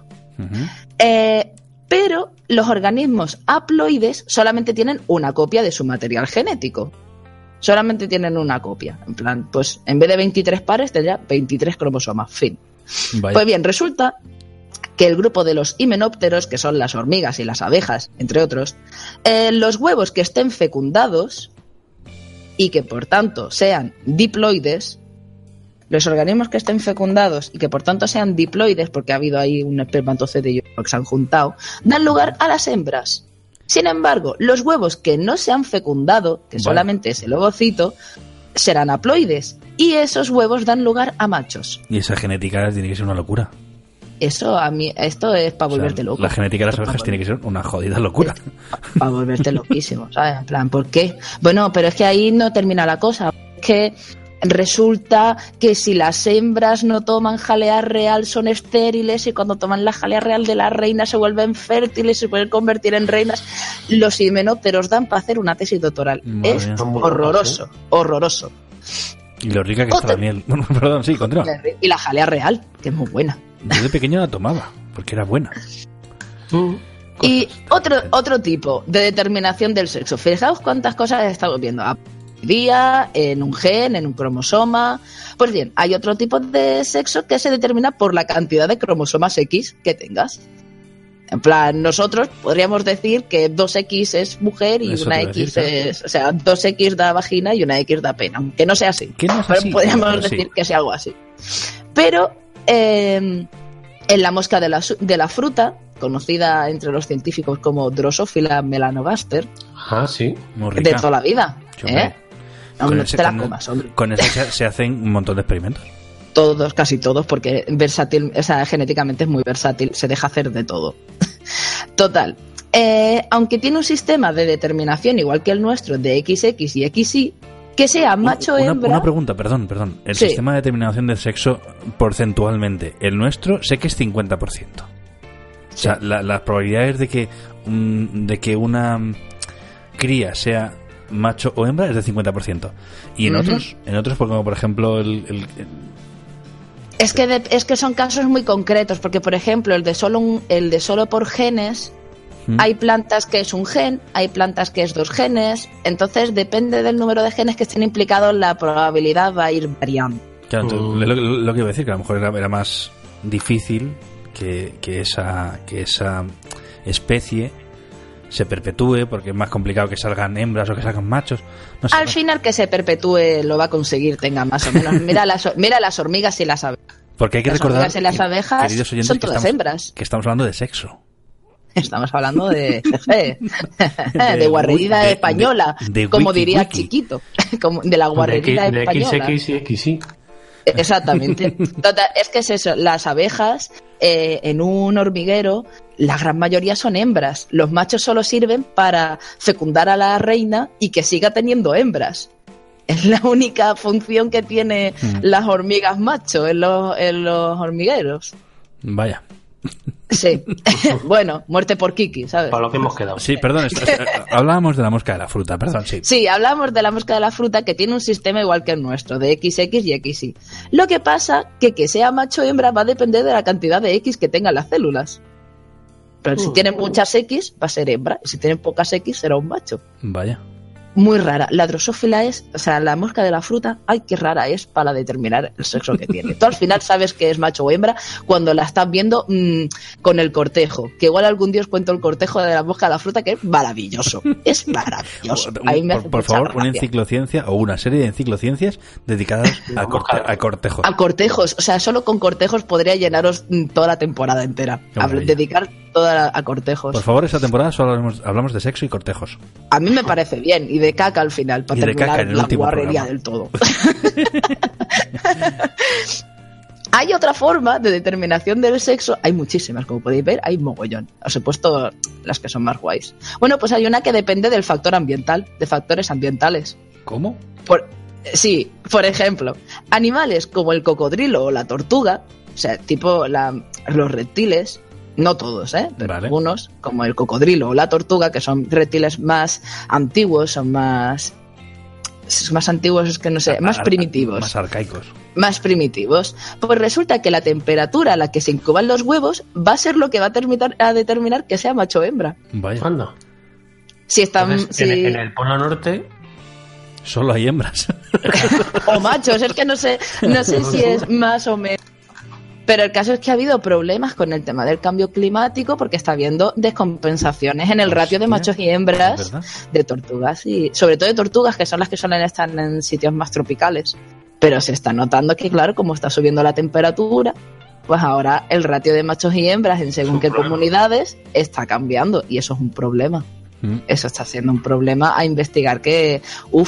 Pero los organismos haploides solamente tienen una copia de su material genético. Solamente tienen una copia. En plan, pues en vez de 23 pares, tendría 23 cromosomas. Fin. Vaya. Pues bien, resulta que el grupo de los himenópteros, que son las hormigas y las abejas, entre otros, los huevos que estén fecundados y que por tanto sean diploides, los organismos que estén fecundados y que por tanto sean diploides, porque ha habido ahí un espermatozoide que se han juntado, dan lugar a las hembras. Sin embargo, los huevos que no se han fecundado, que solamente es el ovocito, serán haploides y esos huevos dan lugar a machos. Y esa genética tiene que ser una locura. Esto es para volverte loco. La genética de las abejas tiene que ser una jodida locura. Para volverte loquísimo, ¿sabes? En plan, ¿por qué? Bueno, pero es que ahí no termina la cosa. Es que resulta que si las hembras no toman jalea real son estériles y cuando toman la jalea real de la reina se vuelven fértiles y se pueden convertir en reinas. Los himenópteros dan para hacer una tesis doctoral. Es horroroso, horroroso. Y lo rica que está la miel. Bueno, perdón, sí, continúa. Y la jalea real, que es muy buena. Yo de pequeño la tomaba, porque era buena. Y otro tipo de determinación del sexo. Fijaos cuántas cosas estamos viendo. Día, en un gen, en un cromosoma. Pues bien, hay otro tipo de sexo que se determina por la cantidad de cromosomas X que tengas. En plan, nosotros podríamos decir que 2X es mujer y una X es... O sea, 2X da vagina y una X da pene. Aunque no sea así. No es así, podríamos decir que sea algo así. Pero en la mosca de la fruta, conocida entre los científicos como Drosophila melanogaster, sí, muy rica. De toda la vida, Con eso se hacen un montón de experimentos. Todos, casi todos, porque versátil, o sea, genéticamente es muy versátil, se deja hacer de todo. Total, aunque tiene un sistema de determinación igual que el nuestro, de XX y XY, que sea macho o hembra... Una pregunta, perdón. El sistema de determinación del sexo porcentualmente, el nuestro sé que es 50%. O sea, las probabilidades de que una cría sea macho o hembra es de 50%. Y en otros, como por ejemplo Es que son casos muy concretos, porque por ejemplo el de solo por genes, hay plantas que es un gen, hay plantas que es 2 genes, entonces depende del número de genes que estén implicados, la probabilidad va a ir variando. Claro, lo que iba a decir, que a lo mejor era más difícil que esa especie se perpetúe, porque es más complicado que salgan hembras o que salgan machos. No sé, Al final que se perpetúe lo va a conseguir, tenga más o menos. Mira las hormigas y las abejas. Porque hay que recordar, hormigas y las abejas queridos oyentes, son todas hembras. Que estamos hablando de sexo. Estamos hablando de guarrería española, como diría Chiquito, como de la guarrería española. De XX y XY. Exactamente. Total, es que es eso, las abejas en un hormiguero, la gran mayoría son hembras. Los machos solo sirven para fecundar a la reina y que siga teniendo hembras. Es la única función que tiene las hormigas macho en los hormigueros. Vaya. Sí. Bueno, muerte por Kiki, ¿sabes? Para lo que hemos quedado. Sí, perdón, hablábamos de la mosca de la fruta, perdón, sí. Sí, hablamos de la mosca de la fruta, que tiene un sistema igual que el nuestro, de XX y XY. Lo que pasa que sea macho o hembra va a depender de la cantidad de X que tengan las células. Pero si tienen muchas X, va a ser hembra, y si tienen pocas X, será un macho. Vaya. Muy rara. La drosófila la mosca de la fruta, ay, qué rara es para determinar el sexo que tiene. Tú al final sabes que es macho o hembra cuando la estás viendo con el cortejo. Que igual algún día os cuento el cortejo de la mosca de la fruta, que es maravilloso. Es maravilloso. Por favor, una enciclociencia o una serie de enciclociencias dedicadas a cortejos. A cortejos. O sea, solo con cortejos podría llenaros toda la temporada entera. Dedicar toda a cortejos. Por favor, esta temporada solo hablamos de sexo y cortejos. A mí me parece bien. Y de caca al final, para terminar la guarrería del todo. Hay otra forma de determinación del sexo. Hay muchísimas, como podéis ver, hay mogollón. Os he puesto las que son más guays. Bueno, pues hay una que depende del factor ambiental, de factores ambientales. ¿Cómo? Sí, por ejemplo, animales como el cocodrilo o la tortuga, o sea, tipo los reptiles, no todos, pero algunos, como el cocodrilo o la tortuga, que son reptiles más antiguos, son más antiguos, es que no sé, más primitivos. Más arcaicos. Más primitivos. Pues resulta que la temperatura a la que se incuban los huevos va a ser lo que va a determinar que sea macho o hembra. Vaya. ¿Cuándo? Si están... Entonces, en el Polo Norte... Solo hay hembras. O machos, es que no sé si es más o menos. Pero el caso es que ha habido problemas con el tema del cambio climático porque está habiendo descompensaciones en el ratio de machos y hembras de tortugas, y sobre todo de tortugas, que son las que suelen estar en sitios más tropicales. Pero se está notando que, claro, como está subiendo la temperatura, pues ahora el ratio de machos y hembras en según qué comunidades está cambiando, y eso es un problema. Eso está siendo un problema a investigar, que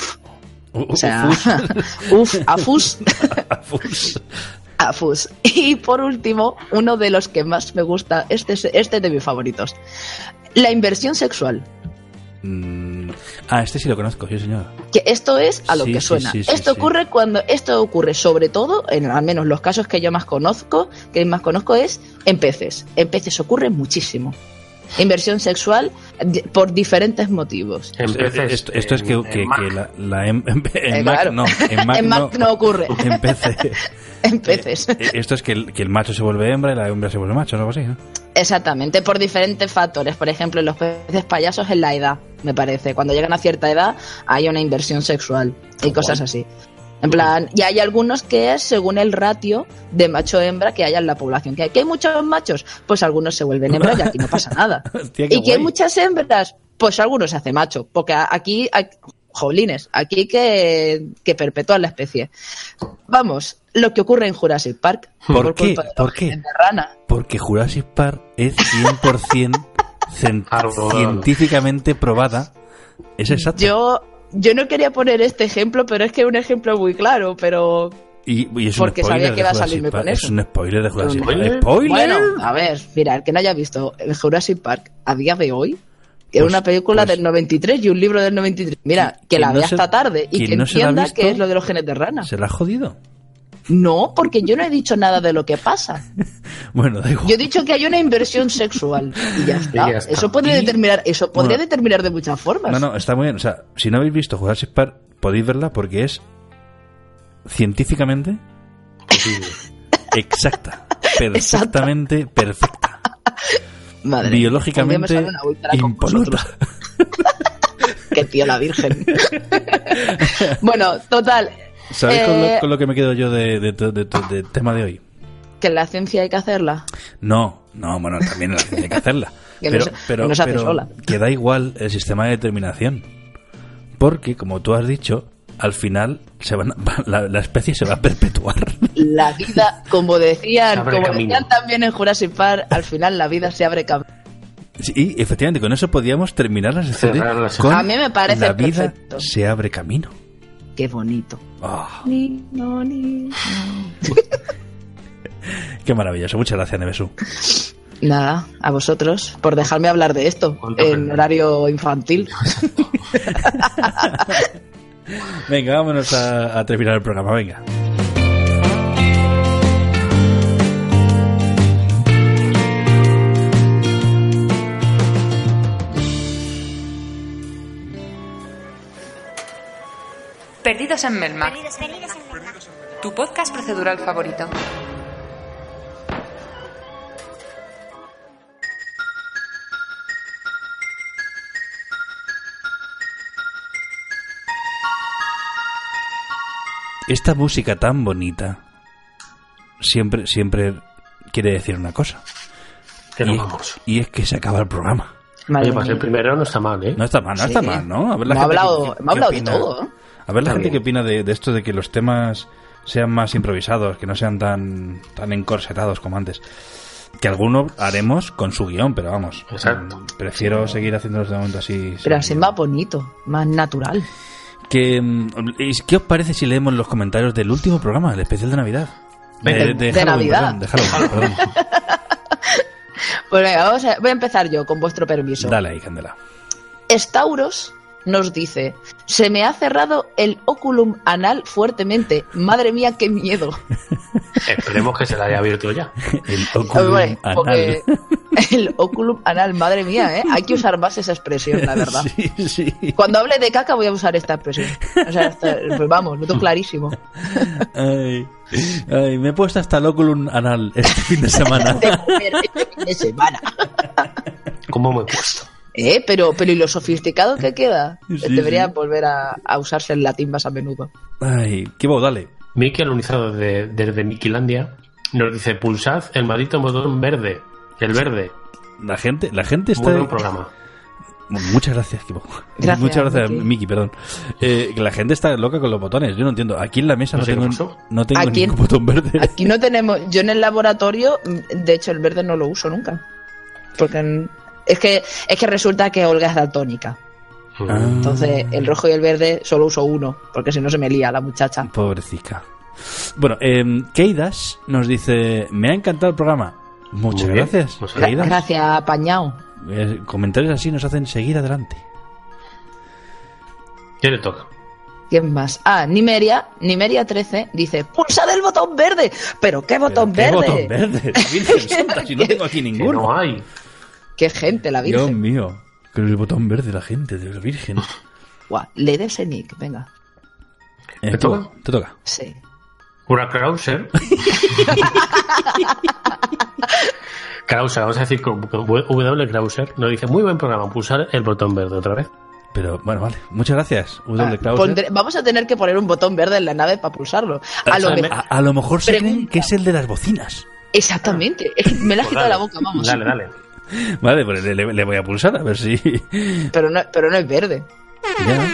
afus. Y por último, uno de los que más me gusta, este es de mis favoritos, la inversión sexual. Ah, este sí lo conozco, sí, señor. Que esto es a lo Sí, que sí, suena. sí, sí, Esto sí. ocurre cuando... Esto ocurre sobre todo, en al menos los casos que yo más conozco, es en peces. En peces ocurre muchísimo. Inversión sexual por diferentes motivos. Esto es que en claro. Mac no. En Mac En Mac no ocurre. En PC. En peces. Esto es que el macho se vuelve hembra y la hembra se vuelve macho, algo así, ¿no? Exactamente, por diferentes factores. Por ejemplo, los peces payasos en la edad, me parece. Cuando llegan a cierta edad hay una inversión sexual y cosas así. En plan, y hay algunos que es según el ratio de macho-hembra que haya en la población. ¿Que hay muchos machos? Pues algunos se vuelven hembras y aquí no pasa nada. Hostia, qué Y que hay guay. muchas hembras, pues algunos se hace macho. Porque aquí hay... Jolines, aquí que perpetúan la especie. Vamos, lo que ocurre en Jurassic Park. ¿Por qué? culpa de ¿Por los qué? genes de rana. Porque Jurassic Park es 100% científicamente probada. Es exacto. Yo no quería poner este ejemplo, pero es que es un ejemplo muy claro, pero... Y es un porque spoiler sabía que iba a de Jurassic salirme Park. con eso. Es un spoiler de Jurassic Park. ¿Spoiler? ¡Spoiler! Bueno, a ver, mira, el que no haya visto el Jurassic Park a día de hoy, que es una película del 93 y un libro del 93. Mira, que la no vea se- hasta tarde y quien que no se la ha entienda visto, qué es lo de los genes de rana. ¿Se la ha jodido? No, porque yo no he dicho nada de lo que pasa. Bueno, da igual. Yo he dicho que hay una inversión sexual y ya está. Y ya está. Eso podría Y- determinar, eso podría Bueno. determinar de muchas formas. No, está muy bien. O sea, si no habéis visto Jurassic Park, podéis verla porque es científicamente exacta. Perfectamente perfecta. Madre, biológicamente un día me sale una úlcera con impoluta. Qué tío la virgen. Bueno, total. ¿Sabéis con lo que me quedo yo de tema de hoy? Que la ciencia hay que hacerla. No, bueno, también la ciencia hay que hacerla. Que pero no se hace sola. que da igual el sistema de determinación. Porque, como tú has dicho, al final la especie se va a perpetuar. La vida, como decían camino. también en Jurassic Park, al final la vida se abre camino. Sí, y efectivamente, con eso podíamos terminar la sección de con A mí me parece la vida perfecto. se abre camino. Qué bonito. Ah, No. qué maravilloso. Muchas gracias, Nevesu. Nada, a vosotros por dejarme hablar de esto en horario infantil. Venga, vámonos a terminar el programa, venga. Perdidos en Melmac. Tu podcast procedural favorito. Esta música tan bonita siempre quiere decir una cosa. Que nos vamos. Y es que se acaba el programa. Oye, para ser el primero no está mal, ¿eh? No está mal, ¿no? A ver la Hemos gente hablado, qué hemos hablado de opina. todo, ¿eh? A ver la gente También. qué opina de esto de que los temas sean más improvisados, que no sean tan encorsetados como antes. Que algunos haremos con su guión, pero vamos. Exacto. Prefiero seguir haciéndolos de momento así. Pero así más bonito, más natural. ¿Qué os parece si leemos los comentarios del último programa, el especial de Navidad? De Halloween, Navidad. perdón, de Halloween, perdón. Pues venga, voy a empezar yo, con vuestro permiso. Dale ahí, Candela. Stauros nos dice: se me ha cerrado el oculum anal fuertemente. Madre mía, qué miedo. Esperemos que se la haya abierto ya. El oculum Hombre, anal. porque el oculum anal, madre mía, ¿eh? Hay que usar más esa expresión, la verdad. Sí. Cuando hable de caca voy a usar esta expresión. O sea, pues vamos, lo tengo clarísimo. Ay, me he puesto hasta el oculum anal este fin de semana. Este fin de semana. ¿Cómo me he puesto? Pero ¿y lo sofisticado que queda? Sí, Debería sí. volver a usarse el latín más a menudo. Ay, qué bo, dale. Miki, alunizado desde Miquilandia, nos dice: pulsad el maldito botón verde. El verde. La gente está... Muy buen programa. Muchas gracias, Kibo. Gracias, Muchas gracias, Miki. Miki, perdón. Que la gente está loca con los botones. Yo no entiendo. Aquí en la mesa No no sé qué tengo pasó. Aquí- ningún botón verde. Aquí no tenemos... Yo en el laboratorio, de hecho, el verde no lo uso nunca. Porque es que resulta que Olga es daltónica. Ah, Entonces, el rojo y el verde solo uso uno, porque si no se me lía la muchacha. pobrecita. Bueno, Keidas nos dice: me ha encantado el programa. Muchas Muy bien. gracias, Pues Keidas. Gracias, Pañao. Comentarios así nos hacen seguir adelante. ¿Qué le toca? ¿Quién más? Nimeria 13 dice, pulsad el botón verde. ¿Pero qué botón verde? ¿Qué botón verde? Virgen Santa, si no tengo aquí ninguno. No hay. Qué gente, la Virgen. Dios mío, que el botón verde la gente, de la Virgen. Guau, lee ese nick, venga. ¿Te toca? Te toca. Sí. Una Krauser. Krauser, vamos a decir con W Krauser. Nos dice, muy buen programa, pulsar el botón verde otra vez. Pero bueno, vale. Muchas gracias, W Krauser. Vamos a tener que poner un botón verde en la nave para pulsarlo. A lo mejor se creen que es el de las bocinas. Exactamente. Me la has quitado la boca, vamos. Dale. Vale, pues le voy a pulsar a ver si... Pero no es verde. Ya.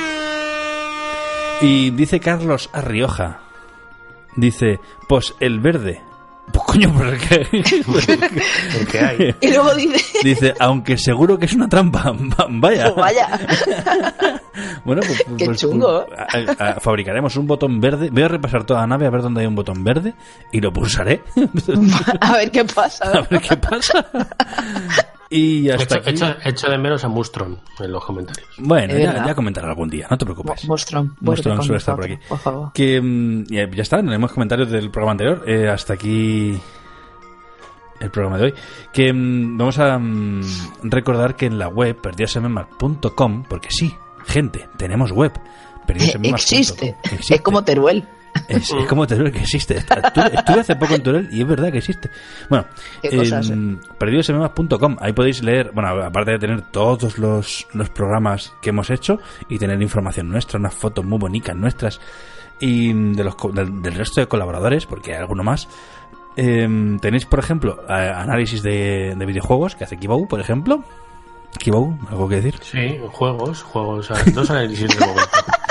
Y dice Carlos Arrioja. Dice, pues el verde. Pues coño, ¿por qué? ¿Por qué hay? Y luego dice, aunque seguro que es una trampa. Vaya. Oh, vaya. Bueno, pues qué chungo. Fabricaremos un botón verde. Voy a repasar toda la nave a ver dónde hay un botón verde y lo pulsaré. A ver qué pasa. A ver qué pasa. Y hasta aquí... Echo de menos a Mustron en los comentarios. Bueno, ya comentaré algún día, no te preocupes. Mustron suele estar por aquí. Por favor. Que ya está, tenemos comentarios del programa anterior. Hasta aquí el programa de hoy. Que vamos a recordar que en la web perdidosenmelmac.com, porque sí, gente, tenemos web. Existe. Es como Teruel. Es como Teruel, que existe. Estuve hace poco en Teruel y es verdad que existe. Bueno, perdidosenmelmac.com, ahí podéis leer, bueno, aparte de tener todos los programas que hemos hecho y tener información nuestra, unas fotos muy bonitas nuestras y del resto de colaboradores, porque hay alguno más. Tenéis, por ejemplo, análisis de videojuegos que hace Kibou, por ejemplo. Kibou, ¿algo que decir? Sí, juegos, dos análisis de momento.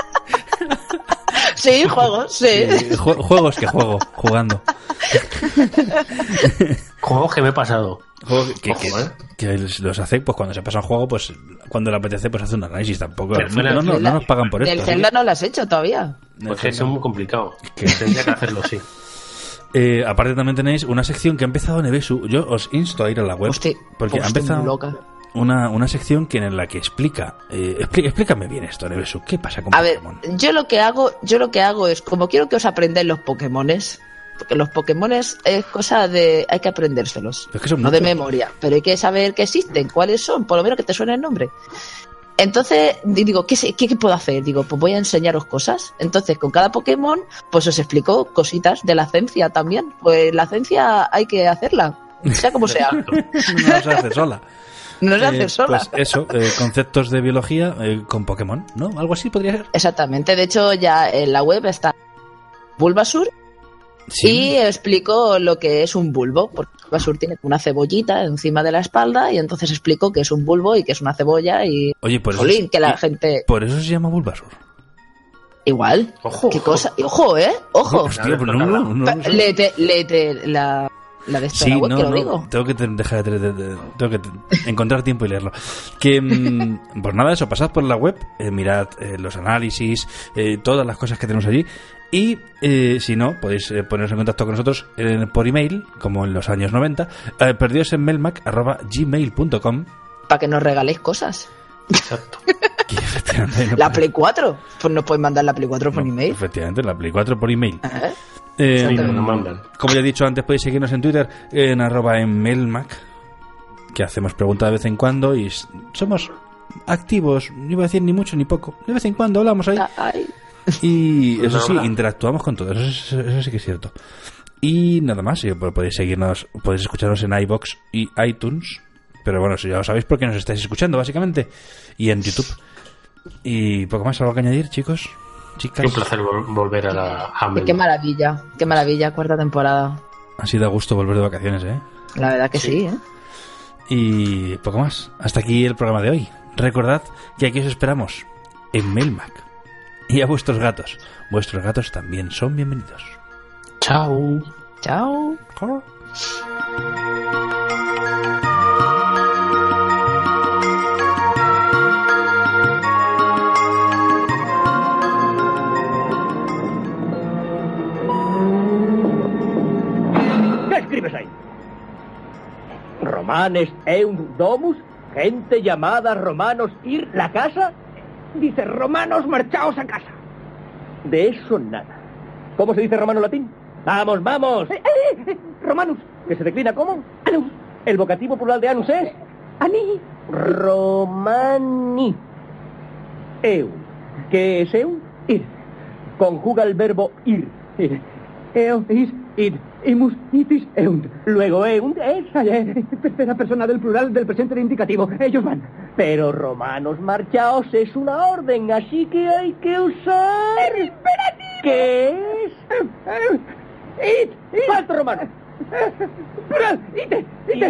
Sí, juegos, sí. Juegos que juego, jugando. Juegos que me he pasado. Que los hace, pues cuando se pasa un juego, pues cuando le apetece, pues hace un análisis. Tampoco. No nos pagan por esto. ¿El Zelda no lo has hecho todavía? Pues es muy complicado. Que tendría que hacerlo, sí. Aparte también tenéis una sección que ha empezado Nevesu. Yo os insto a ir a la web. Hostia, porque ha empezado una sección en la que explica. Explícame bien esto, Nevesu. ¿Qué pasa con Pokémon? A ver, yo lo que hago es, como quiero que os aprendáis los Pokémones, porque los Pokémones es cosa de... hay que aprendérselos, es que son no muchos. De memoria, pero hay que saber que existen, cuáles son, por lo menos que te suene el nombre. Entonces, digo, ¿qué puedo hacer? Digo, pues voy a enseñaros cosas. Entonces, con cada Pokémon, pues os explico cositas de la ciencia también. Pues la ciencia hay que hacerla, sea como sea. No se hace sola. No se hace sola. Pues eso, conceptos de biología con Pokémon, ¿no? Algo así podría ser. Exactamente. De hecho, ya en la web está Bulbasur. Sí. Y explico lo que es un bulbo, porque Bulbasur tiene una cebollita encima de la espalda y entonces explico que es un bulbo y que es una cebolla y... Oye, por eso que la gente... Por eso se llama Bulbasur. Igual. Ojo, ¿Qué cosa? Ojo, Ojo. Hostia, pero no. Léete la de esta web, que lo digo. Tengo que dejar tengo que encontrar tiempo y leerlo. Que pues nada, eso, pasad por la web, mirad los análisis, todas las cosas que tenemos allí. Y si no, podéis poneros en contacto con nosotros por email, como en los años 90, perdidosenmelmac@gmail.com, para que nos regaléis cosas. Exacto. La Play 4, pues nos pueden mandar la Play 4 por email. Efectivamente, la Play 4 por email. Como ya he dicho antes, podéis seguirnos en Twitter en @enmelmac, que hacemos preguntas de vez en cuando y somos activos, no iba a decir ni mucho ni poco, de vez en cuando hablamos ahí. Y eso sí, interactuamos con todo, eso sí que es cierto. Y nada más, podéis seguirnos, podéis escucharnos en iVoox y iTunes, pero bueno, si ya lo sabéis porque nos estáis escuchando básicamente, y en YouTube. Y poco más, ¿algo que añadir, chicos? Chicas. Un placer volver a la Hamel. Qué maravilla, cuarta temporada. Ha sido a gusto volver de vacaciones, La verdad que sí, Y poco más, hasta aquí el programa de hoy. Recordad que aquí os esperamos en Melmac. Y a vuestros gatos también son bienvenidos. Chao. Chao. ¿Qué escribes ahí? Romanes eun domus, gente llamada romanos ir la casa. Dice, romanos, marchaos a casa. De eso nada. ¿Cómo se dice romano en latín? ¡Vamos, vamos! Romanus. ¿Que se declina cómo? Anus. ¿El vocativo plural de anus es? Ani. Romani. Eu. ¿Qué es eu? Ir. Conjuga el verbo ir. Eo, is, id, imus, itis, eunt. Luego eunt es tercera persona del plural del presente de indicativo. Ellos van. Pero romanos, marchaos es una orden, así que hay que usar... ¡El imperativo! ¿Qué es? Id. Falso romano. Plural, ite.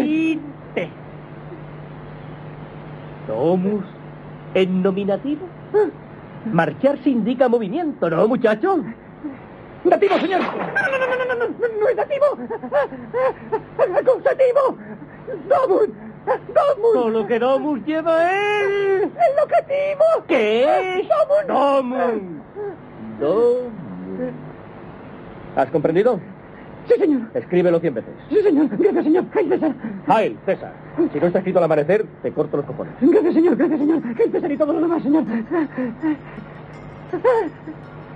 Domus en nominativo. Marcharse indica movimiento, ¿no, muchacho? ¡Dativo, señor! No es dativo. Acusativo. Domus. Solo que domus lleva el locativo. ¿Qué es? Domus. ¿Has comprendido? Sí, señor. Escríbelo 100 veces. Sí, señor. Gracias, señor. ¡Ay, César! ¡Ay, César! Si no está escrito al amanecer, te corto los cojones. Gracias, señor. ¡Ay, César! Y todo lo demás, señor.